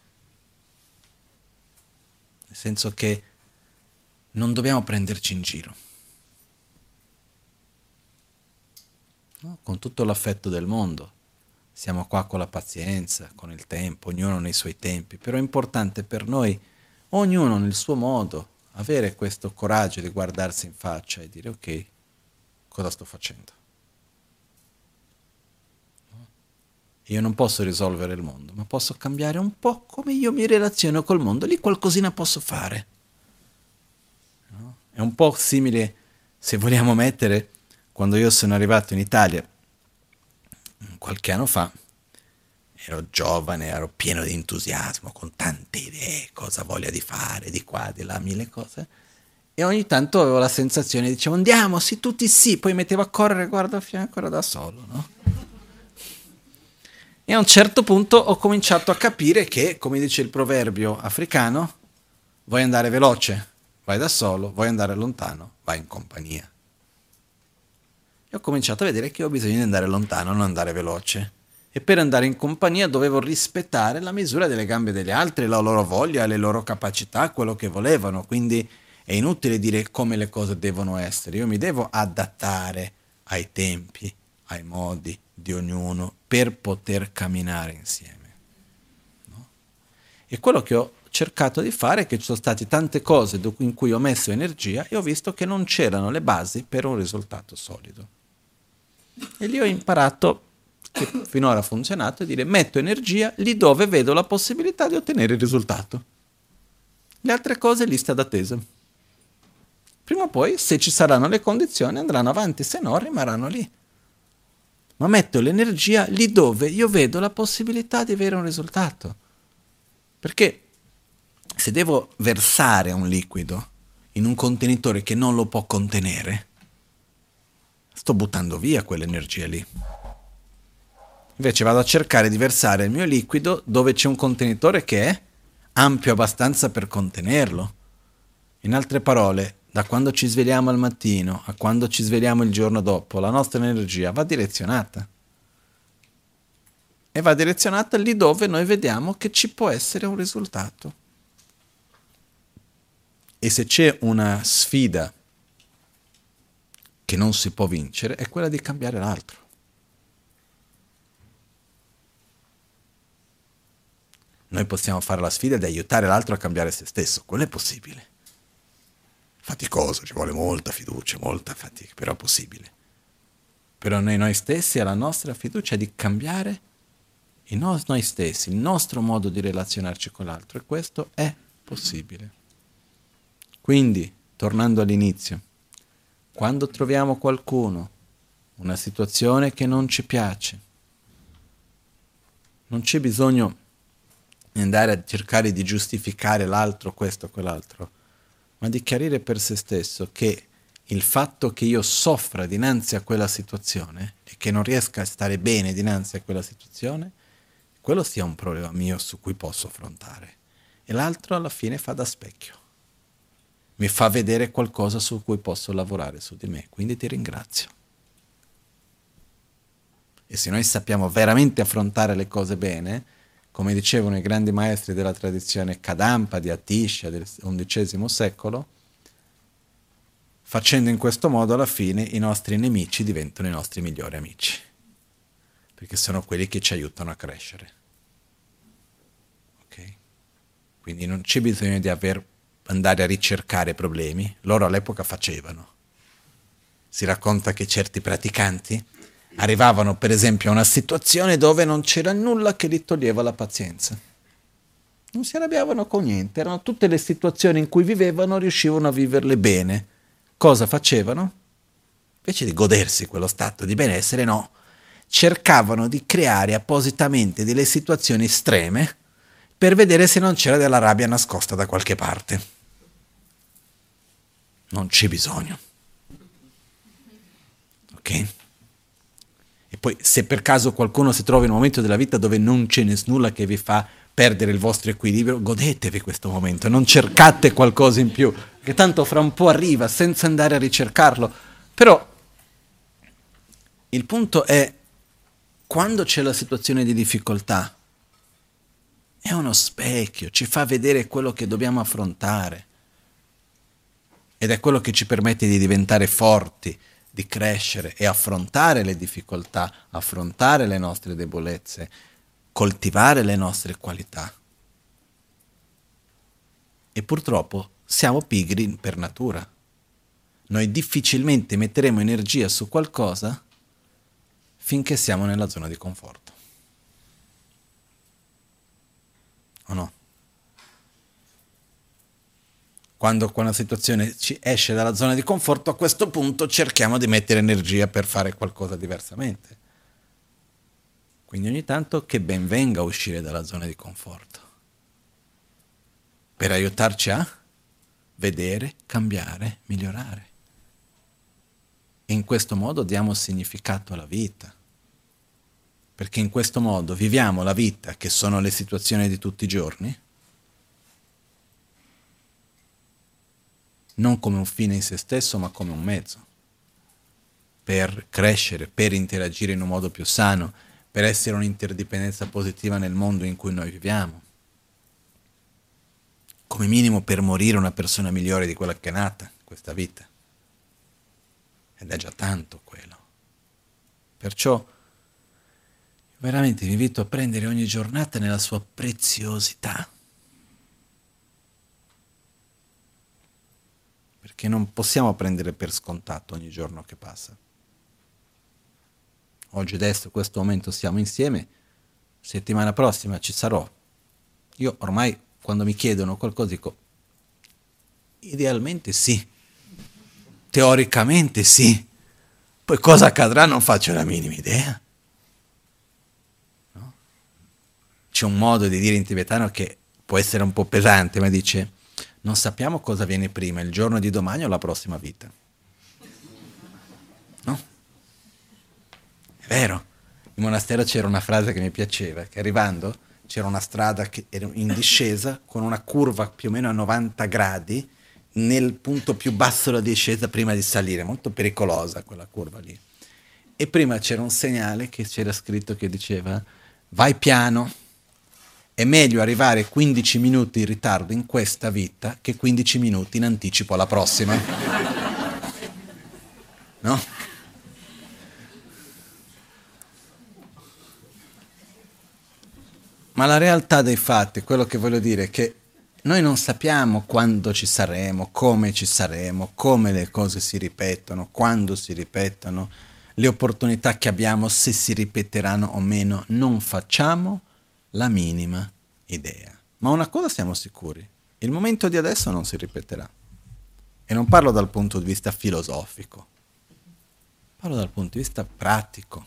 Nel senso che non dobbiamo prenderci in giro. No? Con tutto l'affetto del mondo. Siamo qua con la pazienza, con il tempo, ognuno nei suoi tempi, però è importante per noi, ognuno nel suo modo, avere questo coraggio di guardarsi in faccia e dire ok, cosa sto facendo? No? Io non posso risolvere il mondo, ma posso cambiare un po' come io mi relaziono col mondo, lì qualcosina posso fare. No? È un po' simile, se vogliamo mettere, quando io sono arrivato in Italia, qualche anno fa, ero giovane, ero pieno di entusiasmo, con tante idee, cosa voglia di fare, di qua, di là, mille cose, e ogni tanto avevo la sensazione, dicevo andiamo, sì, tutti sì, poi mettevo a correre, guarda a fianco, ero da solo, no? E a un certo punto ho cominciato a capire che, come dice il proverbio africano, vuoi andare veloce, vai da solo, vuoi andare lontano, vai in compagnia. E ho cominciato a vedere che ho bisogno di andare lontano, non andare veloce. E per andare in compagnia dovevo rispettare la misura delle gambe degli altri, la loro voglia, le loro capacità, quello che volevano. Quindi è inutile dire come le cose devono essere. Io mi devo adattare ai tempi, ai modi di ognuno per poter camminare insieme. No? E quello che ho cercato di fare è che ci sono state tante cose in cui ho messo energia e ho visto che non c'erano le basi per un risultato solido. E lì ho imparato, che finora ha funzionato, a dire metto energia lì dove vedo la possibilità di ottenere il risultato. Le altre cose lista d'attesa. Prima o poi, se ci saranno le condizioni, andranno avanti, se no rimarranno lì. Ma metto l'energia lì dove io vedo la possibilità di avere un risultato. Perché se devo versare un liquido in un contenitore che non lo può contenere, sto buttando via quell'energia lì. Invece vado a cercare di versare il mio liquido dove c'è un contenitore che è ampio abbastanza per contenerlo. In altre parole, da quando ci svegliamo al mattino a quando ci svegliamo il giorno dopo, la nostra energia va direzionata. E va direzionata lì dove noi vediamo che ci può essere un risultato. E se c'è una sfida che non si può vincere, è quella di cambiare l'altro. Noi possiamo fare la sfida di aiutare l'altro a cambiare se stesso, quello è possibile. Faticoso, ci vuole molta fiducia, molta fatica, però è possibile. Però noi, noi stessi, alla nostra fiducia di cambiare il no- noi stessi, il nostro modo di relazionarci con l'altro, e questo è possibile. Quindi, tornando all'inizio, quando troviamo qualcuno, una situazione che non ci piace, non c'è bisogno di andare a cercare di giustificare l'altro, questo o quell'altro, ma di chiarire per se stesso che il fatto che io soffra dinanzi a quella situazione e che non riesca a stare bene dinanzi a quella situazione, quello sia un problema mio su cui posso affrontare. E l'altro alla fine fa da specchio. Mi fa vedere qualcosa su cui posso lavorare su di me, quindi ti ringrazio. E se noi sappiamo veramente affrontare le cose bene, come dicevano i grandi maestri della tradizione Kadampa, di Atisha del undicesimo secolo, facendo in questo modo alla fine i nostri nemici diventano i nostri migliori amici, perché sono quelli che ci aiutano a crescere. Ok? Quindi non c'è bisogno di aver andare a ricercare problemi, loro all'epoca facevano. Si racconta che certi praticanti arrivavano per esempio a una situazione dove non c'era nulla che li toglieva la pazienza. Non si arrabbiavano con niente, erano tutte le situazioni in cui vivevano, riuscivano a viverle bene. Cosa facevano? Invece di godersi quello stato di benessere, no, cercavano di creare appositamente delle situazioni estreme per vedere se non c'era della rabbia nascosta da qualche parte. Non c'è bisogno. Ok? E poi se per caso qualcuno si trova in un momento della vita dove non c'è nulla che vi fa perdere il vostro equilibrio, godetevi questo momento, non cercate qualcosa in più, che tanto fra un po' arriva senza andare a ricercarlo. Però il punto è, quando c'è la situazione di difficoltà, è uno specchio, ci fa vedere quello che dobbiamo affrontare. Ed è quello che ci permette di diventare forti, di crescere e affrontare le difficoltà, affrontare le nostre debolezze, coltivare le nostre qualità. E purtroppo siamo pigri per natura. Noi difficilmente metteremo energia su qualcosa finché siamo nella zona di conforto. O no? Quando una situazione ci esce dalla zona di conforto, a questo punto cerchiamo di mettere energia per fare qualcosa diversamente. Quindi ogni tanto che ben venga uscire dalla zona di conforto, per aiutarci a vedere, cambiare, migliorare. E in questo modo diamo significato alla vita. Perché in questo modo viviamo la vita, che sono le situazioni di tutti i giorni, non come un fine in se stesso, ma come un mezzo per crescere, per interagire in un modo più sano, per essere un'interdipendenza positiva nel mondo in cui noi viviamo. Come minimo per morire una persona migliore di quella che è nata in questa vita. Ed è già tanto quello. Perciò veramente vi invito a prendere ogni giornata nella sua preziosità. Perché non possiamo prendere per scontato ogni giorno che passa. Oggi adesso, in questo momento siamo insieme, settimana prossima ci sarò. Io ormai quando mi chiedono qualcosa dico, idealmente sì, teoricamente sì, poi cosa accadrà non faccio la minima idea. No? C'è un modo di dire in tibetano che può essere un po' pesante, ma dice, non sappiamo cosa viene prima, il giorno di domani o la prossima vita. No? È vero. In monastero c'era una frase che mi piaceva, che arrivando c'era una strada che era in discesa con una curva più o meno a novanta gradi nel punto più basso della discesa prima di salire, molto pericolosa quella curva lì. E prima c'era un segnale che c'era scritto che diceva vai piano, è meglio arrivare quindici minuti in ritardo in questa vita che quindici minuti in anticipo alla prossima. No? Ma la realtà dei fatti, quello che voglio dire è che noi non sappiamo quando ci saremo, come ci saremo, come le cose si ripetono, quando si ripetono, le opportunità che abbiamo, se si ripeteranno o meno, non facciamo la minima idea. Ma una cosa siamo sicuri, il momento di adesso non si ripeterà. E non parlo dal punto di vista filosofico, parlo dal punto di vista pratico.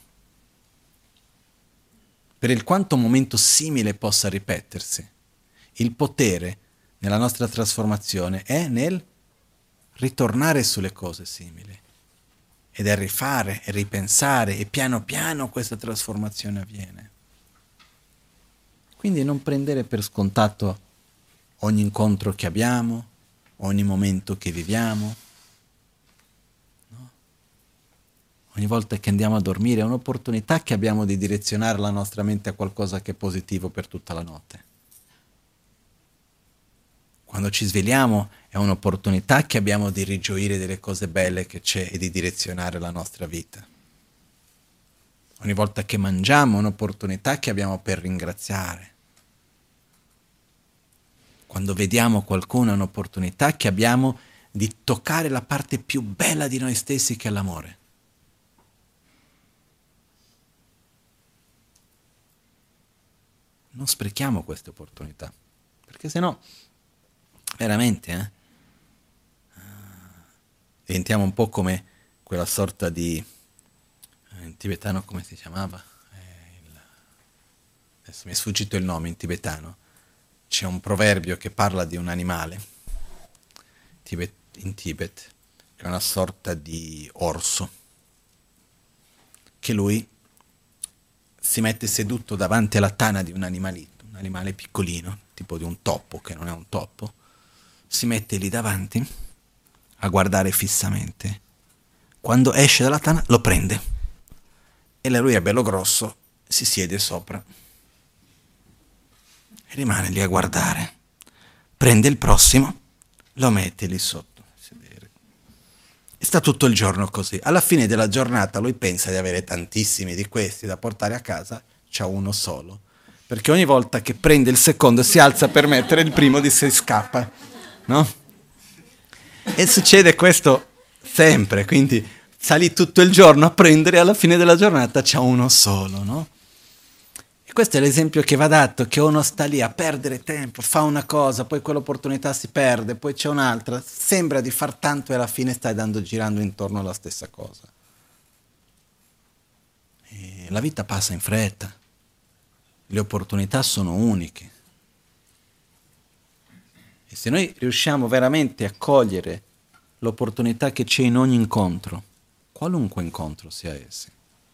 Per il quanto un momento simile possa ripetersi, il potere nella nostra trasformazione è nel ritornare sulle cose simili ed è rifare e ripensare e piano piano questa trasformazione avviene. Quindi non prendere per scontato ogni incontro che abbiamo, ogni momento che viviamo. No? Ogni volta che andiamo a dormire è un'opportunità che abbiamo di direzionare la nostra mente a qualcosa che è positivo per tutta la notte. Quando ci svegliamo è un'opportunità che abbiamo di rigioire delle cose belle che c'è e di direzionare la nostra vita. Ogni volta che mangiamo è un'opportunità che abbiamo per ringraziare. Quando vediamo qualcuno è un'opportunità che abbiamo di toccare la parte più bella di noi stessi, che è l'amore. Non sprechiamo queste opportunità, perché sennò veramente eh, diventiamo un po' come quella sorta di, eh, in tibetano come si chiamava? Eh, il, adesso mi è sfuggito il nome in tibetano. C'è un proverbio che parla di un animale Tibet, in Tibet, che è una sorta di orso, che lui si mette seduto davanti alla tana di un animalito, un animale piccolino, tipo di un topo, che non è un topo, si mette lì davanti a guardare fissamente. Quando esce dalla tana lo prende e lui è bello grosso, si siede sopra e rimane lì a guardare. Prende il prossimo, lo mette lì sotto a sedere e sta tutto il giorno così. Alla fine della giornata lui pensa di avere tantissimi di questi da portare a casa, c'ha uno solo, perché ogni volta che prende il secondo si alza per mettere il primo, di si scappa, no? E succede questo sempre, quindi sta lì tutto il giorno a prendere e alla fine della giornata c'ha uno solo, no? E questo è l'esempio che va dato, che uno sta lì a perdere tempo, fa una cosa, poi quell'opportunità si perde, poi c'è un'altra, sembra di far tanto e alla fine stai dando, girando intorno alla stessa cosa. E la vita passa in fretta, le opportunità sono uniche. E se noi riusciamo veramente a cogliere l'opportunità che c'è in ogni incontro, qualunque incontro sia esso,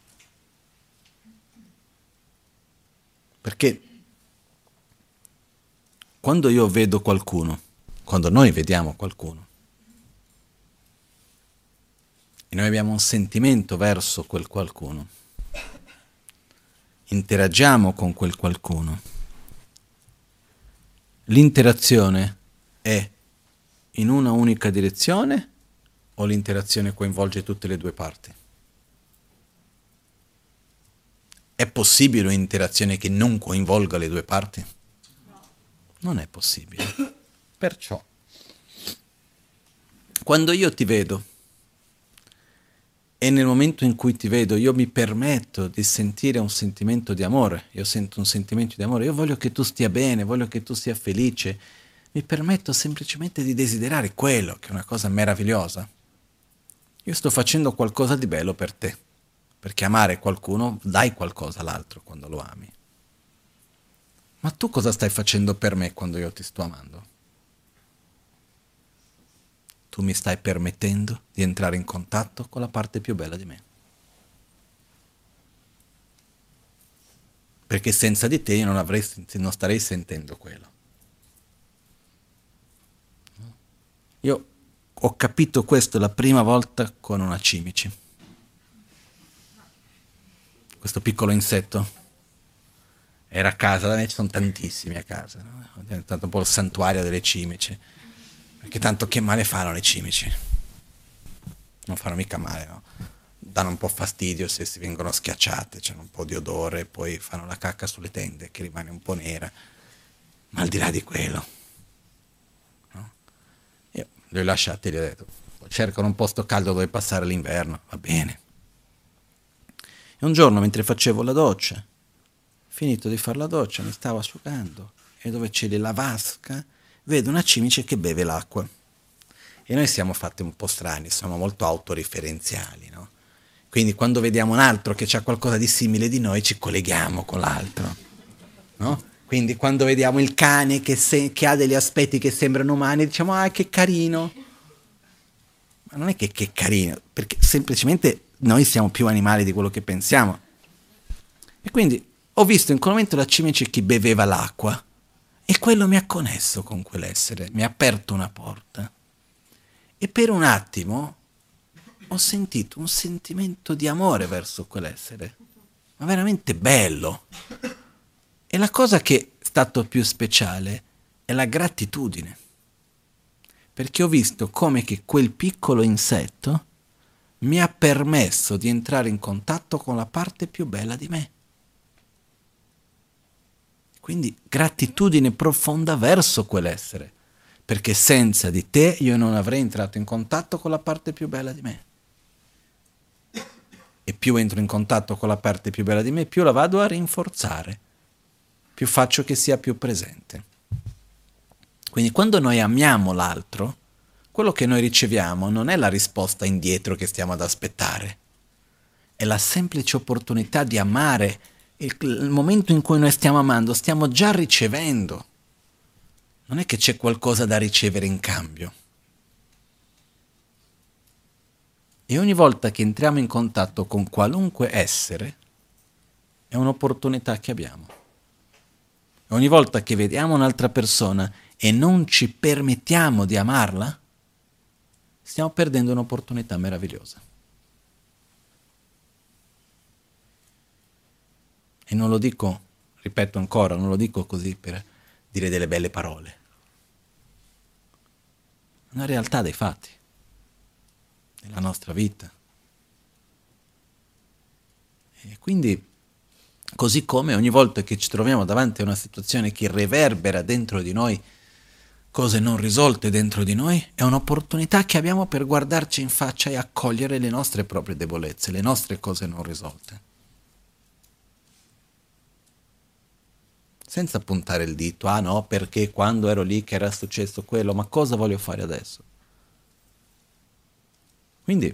perché quando io vedo qualcuno, quando noi vediamo qualcuno, e noi abbiamo un sentimento verso quel qualcuno, interagiamo con quel qualcuno, l'interazione è in una unica direzione o l'interazione coinvolge tutte le due parti? È possibile un'interazione che non coinvolga le due parti? Non è possibile. Perciò, quando io ti vedo e nel momento in cui ti vedo io mi permetto di sentire un sentimento di amore, io sento un sentimento di amore, io voglio che tu stia bene, voglio che tu sia felice, mi permetto semplicemente di desiderare quello, che è una cosa meravigliosa. Io sto facendo qualcosa di bello per te, perché amare qualcuno dai qualcosa all'altro quando lo ami. Ma tu cosa stai facendo per me quando io ti sto amando? Tu mi stai permettendo di entrare in contatto con la parte più bella di me. Perché senza di te io non, avrei, non starei sentendo quello. Io ho capito questo la prima volta con una cimice. Questo piccolo insetto. Era a casa, da me ci sono tantissimi a casa, no? È diventato un po' il santuario delle cimici. Perché tanto che male fanno le cimici? Non fanno mica male, no? Danno un po' fastidio se si vengono schiacciate, c'hanno un po' di odore, poi fanno la cacca sulle tende che rimane un po' nera. Ma al di là di quello, no? Io li ho lasciati, gli ho detto, cercano un posto caldo dove passare l'inverno, va bene. E un giorno, mentre facevo la doccia, finito di fare la doccia, mi stavo asciugando e dove c'è la vasca vedo una cimice che beve l'acqua. E noi siamo fatti un po' strani, siamo molto autoriferenziali, no? Quindi quando vediamo un altro che ha qualcosa di simile di noi ci colleghiamo con l'altro, no? Quindi quando vediamo il cane che, se, che ha degli aspetti che sembrano umani diciamo ah che carino. Ma non è che che carino, perché semplicemente noi siamo più animali di quello che pensiamo. E quindi ho visto in quel momento la cimice che beveva l'acqua e quello mi ha connesso con quell'essere, mi ha aperto una porta. E per un attimo ho sentito un sentimento di amore verso quell'essere, ma veramente bello. E la cosa che è stato più speciale è la gratitudine, perché ho visto come che quel piccolo insetto mi ha permesso di entrare in contatto con la parte più bella di me. Quindi gratitudine profonda verso quell'essere, perché senza di te io non avrei entrato in contatto con la parte più bella di me. E più entro in contatto con la parte più bella di me, più la vado a rinforzare, più faccio che sia più presente. Quindi quando noi amiamo l'altro, quello che noi riceviamo non è la risposta indietro che stiamo ad aspettare, è la semplice opportunità di amare. Il, il momento in cui noi stiamo amando, stiamo già ricevendo. Non è che c'è qualcosa da ricevere in cambio. E ogni volta che entriamo in contatto con qualunque essere, è un'opportunità che abbiamo. E ogni volta che vediamo un'altra persona e non ci permettiamo di amarla, stiamo perdendo un'opportunità meravigliosa. E non lo dico, ripeto ancora, non lo dico così per dire delle belle parole. È una realtà dei fatti, della nostra vita. E quindi, così come ogni volta che ci troviamo davanti a una situazione che riverbera dentro di noi, cose non risolte dentro di noi, è un'opportunità che abbiamo per guardarci in faccia e accogliere le nostre proprie debolezze, le nostre cose non risolte. Senza puntare il dito, ah no, perché quando ero lì che era successo quello, ma cosa voglio fare adesso? Quindi,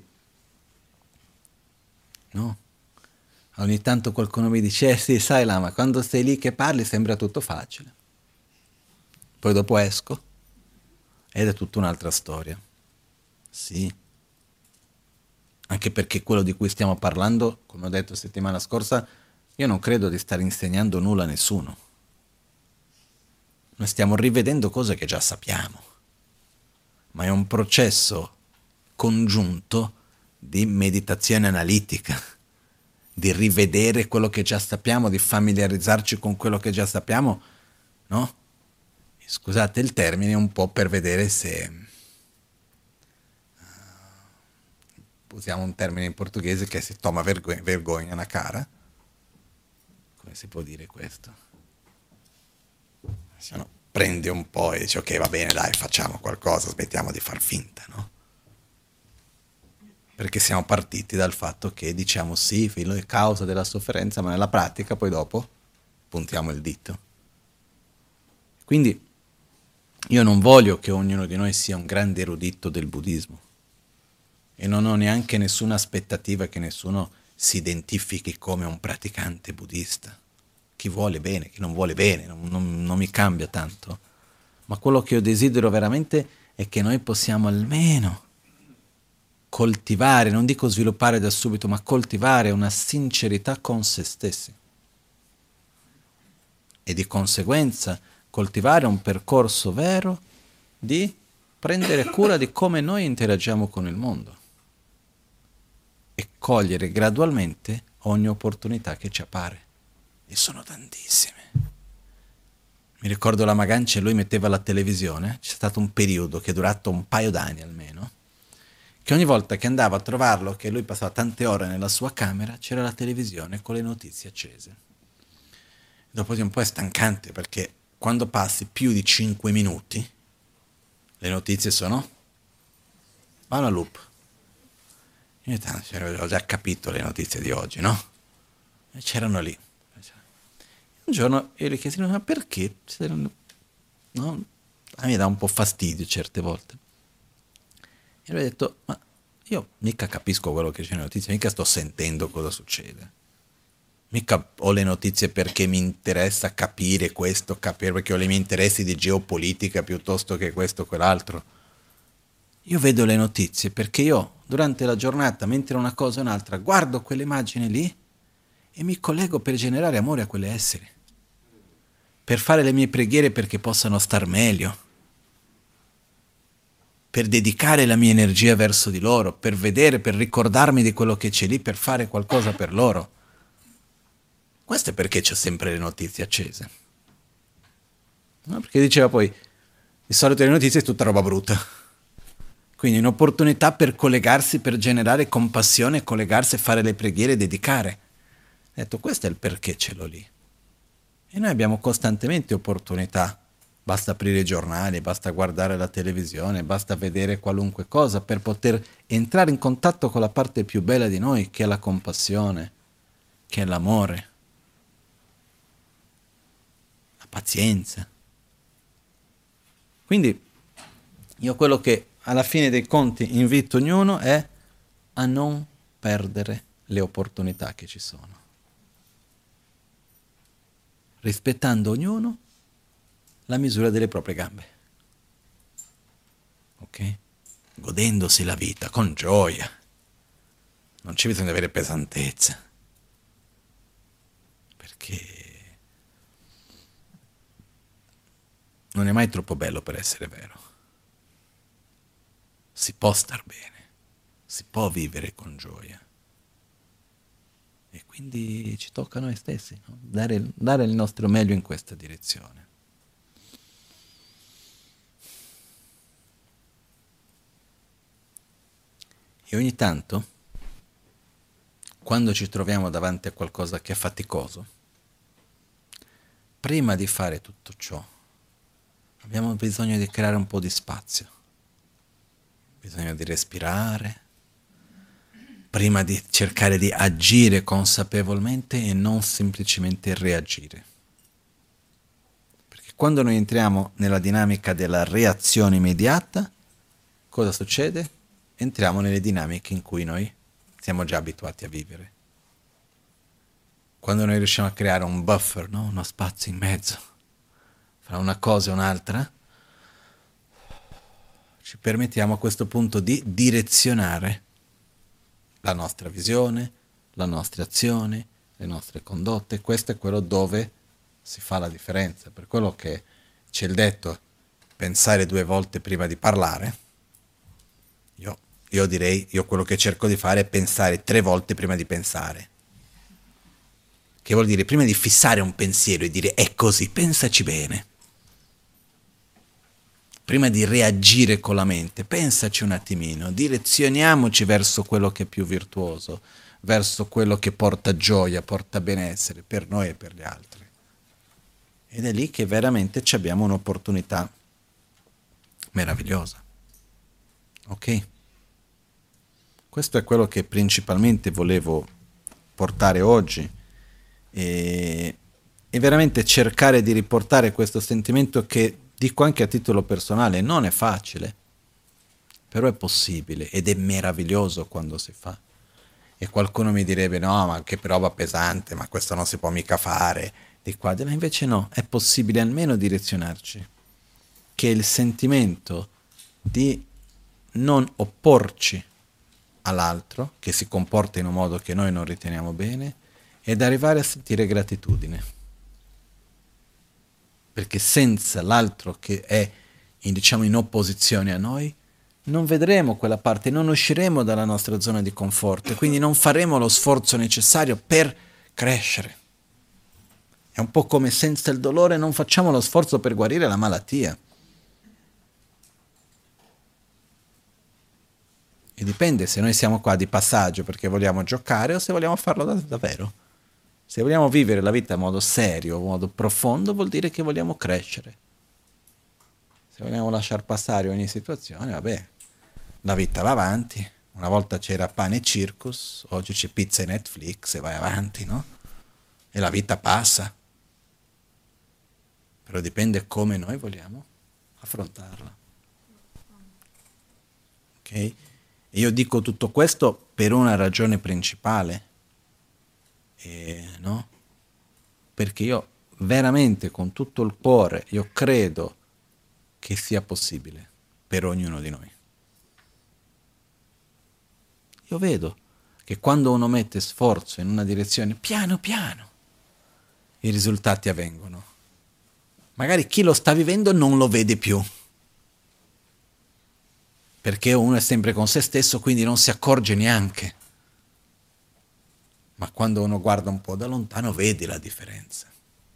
no, ogni tanto qualcuno mi dice, eh sì, sai Lama, quando sei lì che parli sembra tutto facile. Poi dopo esco ed è tutta un'altra storia. Sì. Anche perché quello di cui stiamo parlando, come ho detto settimana scorsa, io non credo di stare insegnando nulla a nessuno. Noi stiamo rivedendo cose che già sappiamo, ma è un processo congiunto di meditazione analitica, di rivedere quello che già sappiamo, di familiarizzarci con quello che già sappiamo, no? E scusate il termine, un po' per vedere se... Uh, usiamo un termine in portoghese che si toma vergogna, vergogna na cara. Come si può dire questo? Se no, prende un po' e dice ok, va bene, dai, facciamo qualcosa, smettiamo di far finta, no? Perché siamo partiti dal fatto che diciamo sì, filo è causa della sofferenza, ma nella pratica poi dopo puntiamo il dito. Quindi io non voglio che ognuno di noi sia un grande erudito del buddismo e non ho neanche nessuna aspettativa che nessuno si identifichi come un praticante buddista. Chi vuole bene, chi non vuole bene, non, non, non mi cambia tanto. Ma quello che io desidero veramente è che noi possiamo almeno coltivare, non dico sviluppare da subito, ma coltivare una sincerità con se stessi. E di conseguenza coltivare un percorso vero di prendere cura di come noi interagiamo con il mondo e cogliere gradualmente ogni opportunità che ci appare. E sono tantissime. Mi ricordo la Magancia, lui metteva la televisione, c'è stato un periodo che è durato un paio d'anni almeno, che ogni volta che andavo a trovarlo, che lui passava tante ore nella sua camera, c'era la televisione con le notizie accese. Dopo di un po' è stancante perché quando passi più di cinque minuti, le notizie sono vanno a loop. Io ho già capito le notizie di oggi, no? E c'erano lì. Un giorno io gli chiesi, ma perché? No? A me dà un po' fastidio certe volte. E lui ha detto, ma io mica capisco quello che c'è nelle notizie, mica sto sentendo cosa succede. Mica ho le notizie perché mi interessa capire questo, capire perché ho i miei interessi di geopolitica piuttosto che questo o quell'altro. Io vedo le notizie perché io durante la giornata, mentre una cosa o un'altra, guardo quell'immagine lì e mi collego per generare amore a quelle esseri, per fare le mie preghiere perché possano star meglio, per dedicare la mia energia verso di loro, per vedere, per ricordarmi di quello che c'è lì, per fare qualcosa per loro. Questo è perché c'ho sempre le notizie accese. No? Perché diceva poi, di solito le notizie è tutta roba brutta. Quindi un'opportunità per collegarsi, per generare compassione, collegarsi, fare le preghiere, dedicare. Ho detto, questo è il perché ce l'ho lì. E noi abbiamo costantemente opportunità. Basta aprire i giornali, basta guardare la televisione, basta vedere qualunque cosa per poter entrare in contatto con la parte più bella di noi, che è la compassione, che è l'amore, la pazienza. Quindi io quello che alla fine dei conti invito ognuno è a non perdere le opportunità che ci sono, rispettando ognuno la misura delle proprie gambe, ok? Godendosi la vita con gioia, non c'è bisogno di avere pesantezza, perché non è mai troppo bello per essere vero. Si può star bene, si può vivere con gioia. E quindi ci tocca a noi stessi, no? dare, dare il nostro meglio in questa direzione. E ogni tanto, quando ci troviamo davanti a qualcosa che è faticoso, prima di fare tutto ciò, abbiamo bisogno di creare un po' di spazio, bisogno di respirare, prima di cercare di agire consapevolmente e non semplicemente reagire. Perché quando noi entriamo nella dinamica della reazione immediata, cosa succede? Entriamo nelle dinamiche in cui noi siamo già abituati a vivere. Quando noi riusciamo a creare un buffer, no? Uno spazio in mezzo fra una cosa e un'altra, ci permettiamo a questo punto di direzionare la nostra visione, la nostra azione, le nostre condotte. Questo è quello dove si fa la differenza. Per quello che c'è il detto pensare due volte prima di parlare, io, io direi, io quello che cerco di fare è pensare tre volte prima di pensare. Che vuol dire prima di fissare un pensiero e dire è così, pensaci bene. Prima di reagire con la mente, pensaci un attimino, direzioniamoci verso quello che è più virtuoso, verso quello che porta gioia, porta benessere per noi e per gli altri. Ed è lì che veramente ci abbiamo un'opportunità meravigliosa. Ok? Questo è quello che principalmente volevo portare oggi e, e veramente cercare di riportare questo sentimento che, dico anche a titolo personale, non è facile, però è possibile ed è meraviglioso quando si fa. E qualcuno mi direbbe no, ma che roba pesante, ma questo non si può mica fare, di qua, di là. Invece no, è possibile almeno direzionarci, che il sentimento di non opporci all'altro, che si comporta in un modo che noi non riteniamo bene, ed arrivare a sentire gratitudine. Perché senza l'altro che è in, diciamo, in opposizione a noi, non vedremo quella parte, non usciremo dalla nostra zona di conforto e quindi non faremo lo sforzo necessario per crescere. È un po' come senza il dolore non facciamo lo sforzo per guarire la malattia. E dipende se noi siamo qua di passaggio perché vogliamo giocare o se vogliamo farlo da- davvero. Se vogliamo vivere la vita in modo serio, in modo profondo, vuol dire che vogliamo crescere. Se vogliamo lasciar passare ogni situazione, vabbè, la vita va avanti. Una volta c'era pane e circus, oggi c'è pizza e Netflix e vai avanti, no? E la vita passa. Però dipende come noi vogliamo affrontarla. Ok? E io dico tutto questo per una ragione principale. E, no? Perché io veramente con tutto il cuore io credo che sia possibile per ognuno di noi. Io vedo che quando uno mette sforzo in una direzione, piano piano, i risultati avvengono. Magari chi lo sta vivendo non lo vede più, perché uno è sempre con se stesso, quindi non si accorge neanche. Ma quando uno guarda un po' da lontano vede la differenza.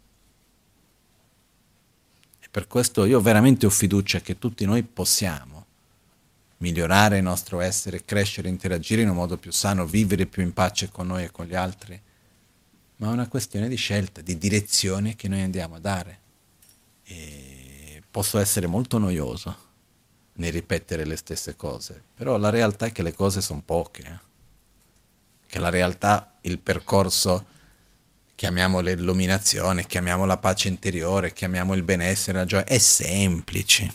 E per questo io veramente ho fiducia che tutti noi possiamo migliorare il nostro essere, crescere, interagire in un modo più sano, vivere più in pace con noi e con gli altri, ma è una questione di scelta, di direzione che noi andiamo a dare. E posso essere molto noioso nel ripetere le stesse cose, però la realtà è che le cose sono poche, eh? Che la realtà, il percorso, chiamiamo l'illuminazione, chiamiamo la pace interiore, chiamiamo il benessere, la gioia, è semplice.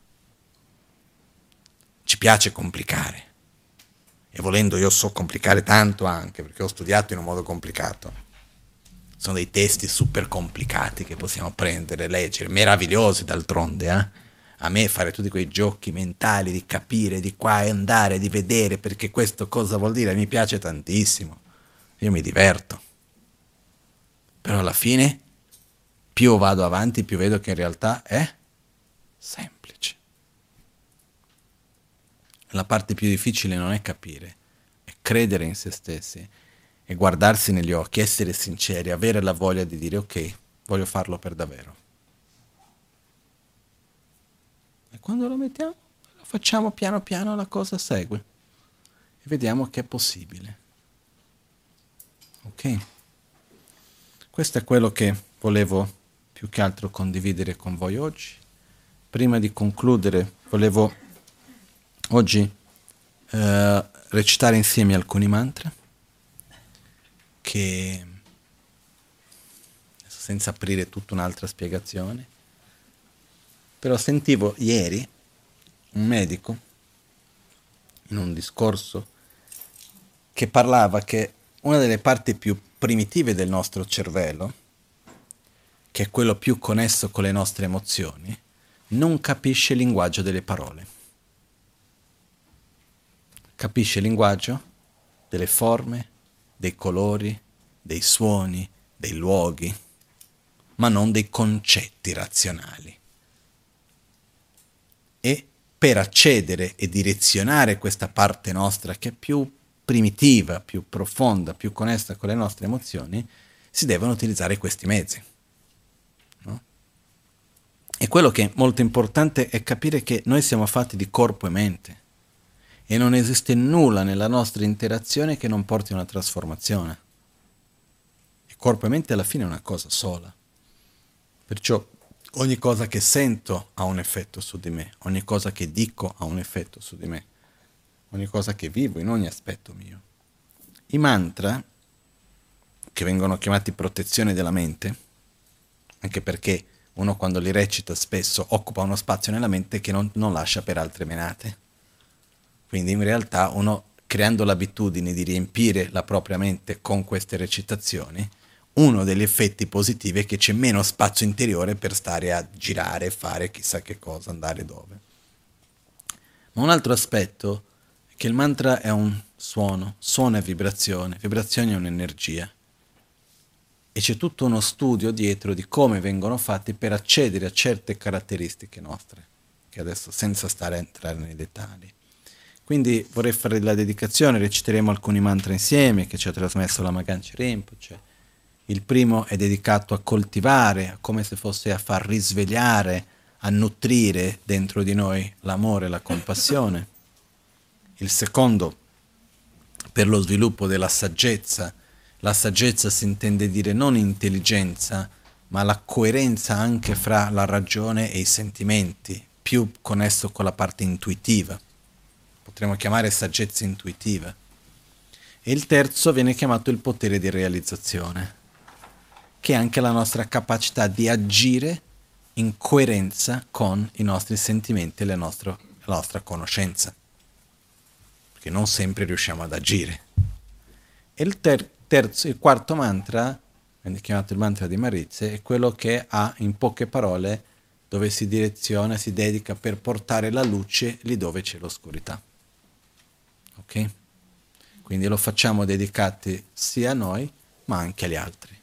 Ci piace complicare. E volendo io so complicare tanto anche, perché ho studiato in un modo complicato. Sono dei testi super complicati che possiamo prendere, leggere, meravigliosi d'altronde, eh? A me fare tutti quei giochi mentali di capire di qua e andare, di vedere perché questo cosa vuol dire, mi piace tantissimo. Io mi diverto. Però alla fine, più vado avanti, più vedo che in realtà è semplice. La parte più difficile non è capire, è credere in se stessi e guardarsi negli occhi, essere sinceri, avere la voglia di dire ok, voglio farlo per davvero. E quando lo mettiamo, lo facciamo piano piano, la cosa segue. E vediamo che è possibile. Ok? Questo è quello che volevo più che altro condividere con voi oggi. Prima di concludere, volevo oggi eh, recitare insieme alcuni mantra che, senza aprire tutta un'altra spiegazione, però sentivo ieri un medico in un discorso che parlava che una delle parti più primitive del nostro cervello, che è quello più connesso con le nostre emozioni, non capisce il linguaggio delle parole. Capisce il linguaggio delle forme, dei colori, dei suoni, dei luoghi, ma non dei concetti razionali. E per accedere e direzionare questa parte nostra che è più primitiva, più profonda, più connessa con le nostre emozioni, si devono utilizzare questi mezzi. No? E quello che è molto importante è capire che noi siamo fatti di corpo e mente e non esiste nulla nella nostra interazione che non porti a una trasformazione. E corpo e mente alla fine è una cosa sola. Perciò ogni cosa che sento ha un effetto su di me, ogni cosa che dico ha un effetto su di me, ogni cosa che vivo in ogni aspetto mio. I mantra, che vengono chiamati protezione della mente, anche perché uno quando li recita spesso occupa uno spazio nella mente che non, non lascia per altre menate. Quindi in realtà uno, creando l'abitudine di riempire la propria mente con queste recitazioni, uno degli effetti positivi è che c'è meno spazio interiore per stare a girare, fare chissà che cosa, andare dove. Ma un altro aspetto è che il mantra è un suono, suono è vibrazione, vibrazione è un'energia. E c'è tutto uno studio dietro di come vengono fatti per accedere a certe caratteristiche nostre, che adesso senza stare a entrare nei dettagli. Quindi vorrei fare la dedicazione, reciteremo alcuni mantra insieme che ci ha trasmesso la Maganchi Rinpoche. Il primo è dedicato a coltivare, come se fosse a far risvegliare, a nutrire dentro di noi l'amore e la compassione. Il secondo per lo sviluppo della saggezza. La saggezza si intende dire non intelligenza, ma la coerenza anche fra la ragione e i sentimenti, più connesso con la parte intuitiva. Potremmo chiamare saggezza intuitiva. E il terzo viene chiamato il potere di realizzazione, che è anche la nostra capacità di agire in coerenza con i nostri sentimenti e la nostra, la nostra conoscenza, perché non sempre riusciamo ad agire. E il, ter- terzo, il quarto mantra, viene chiamato il mantra di Marizze, è quello che ha in poche parole dove si direziona, si dedica per portare la luce lì dove c'è l'oscurità. Ok? Quindi lo facciamo dedicati sia a noi ma anche agli altri.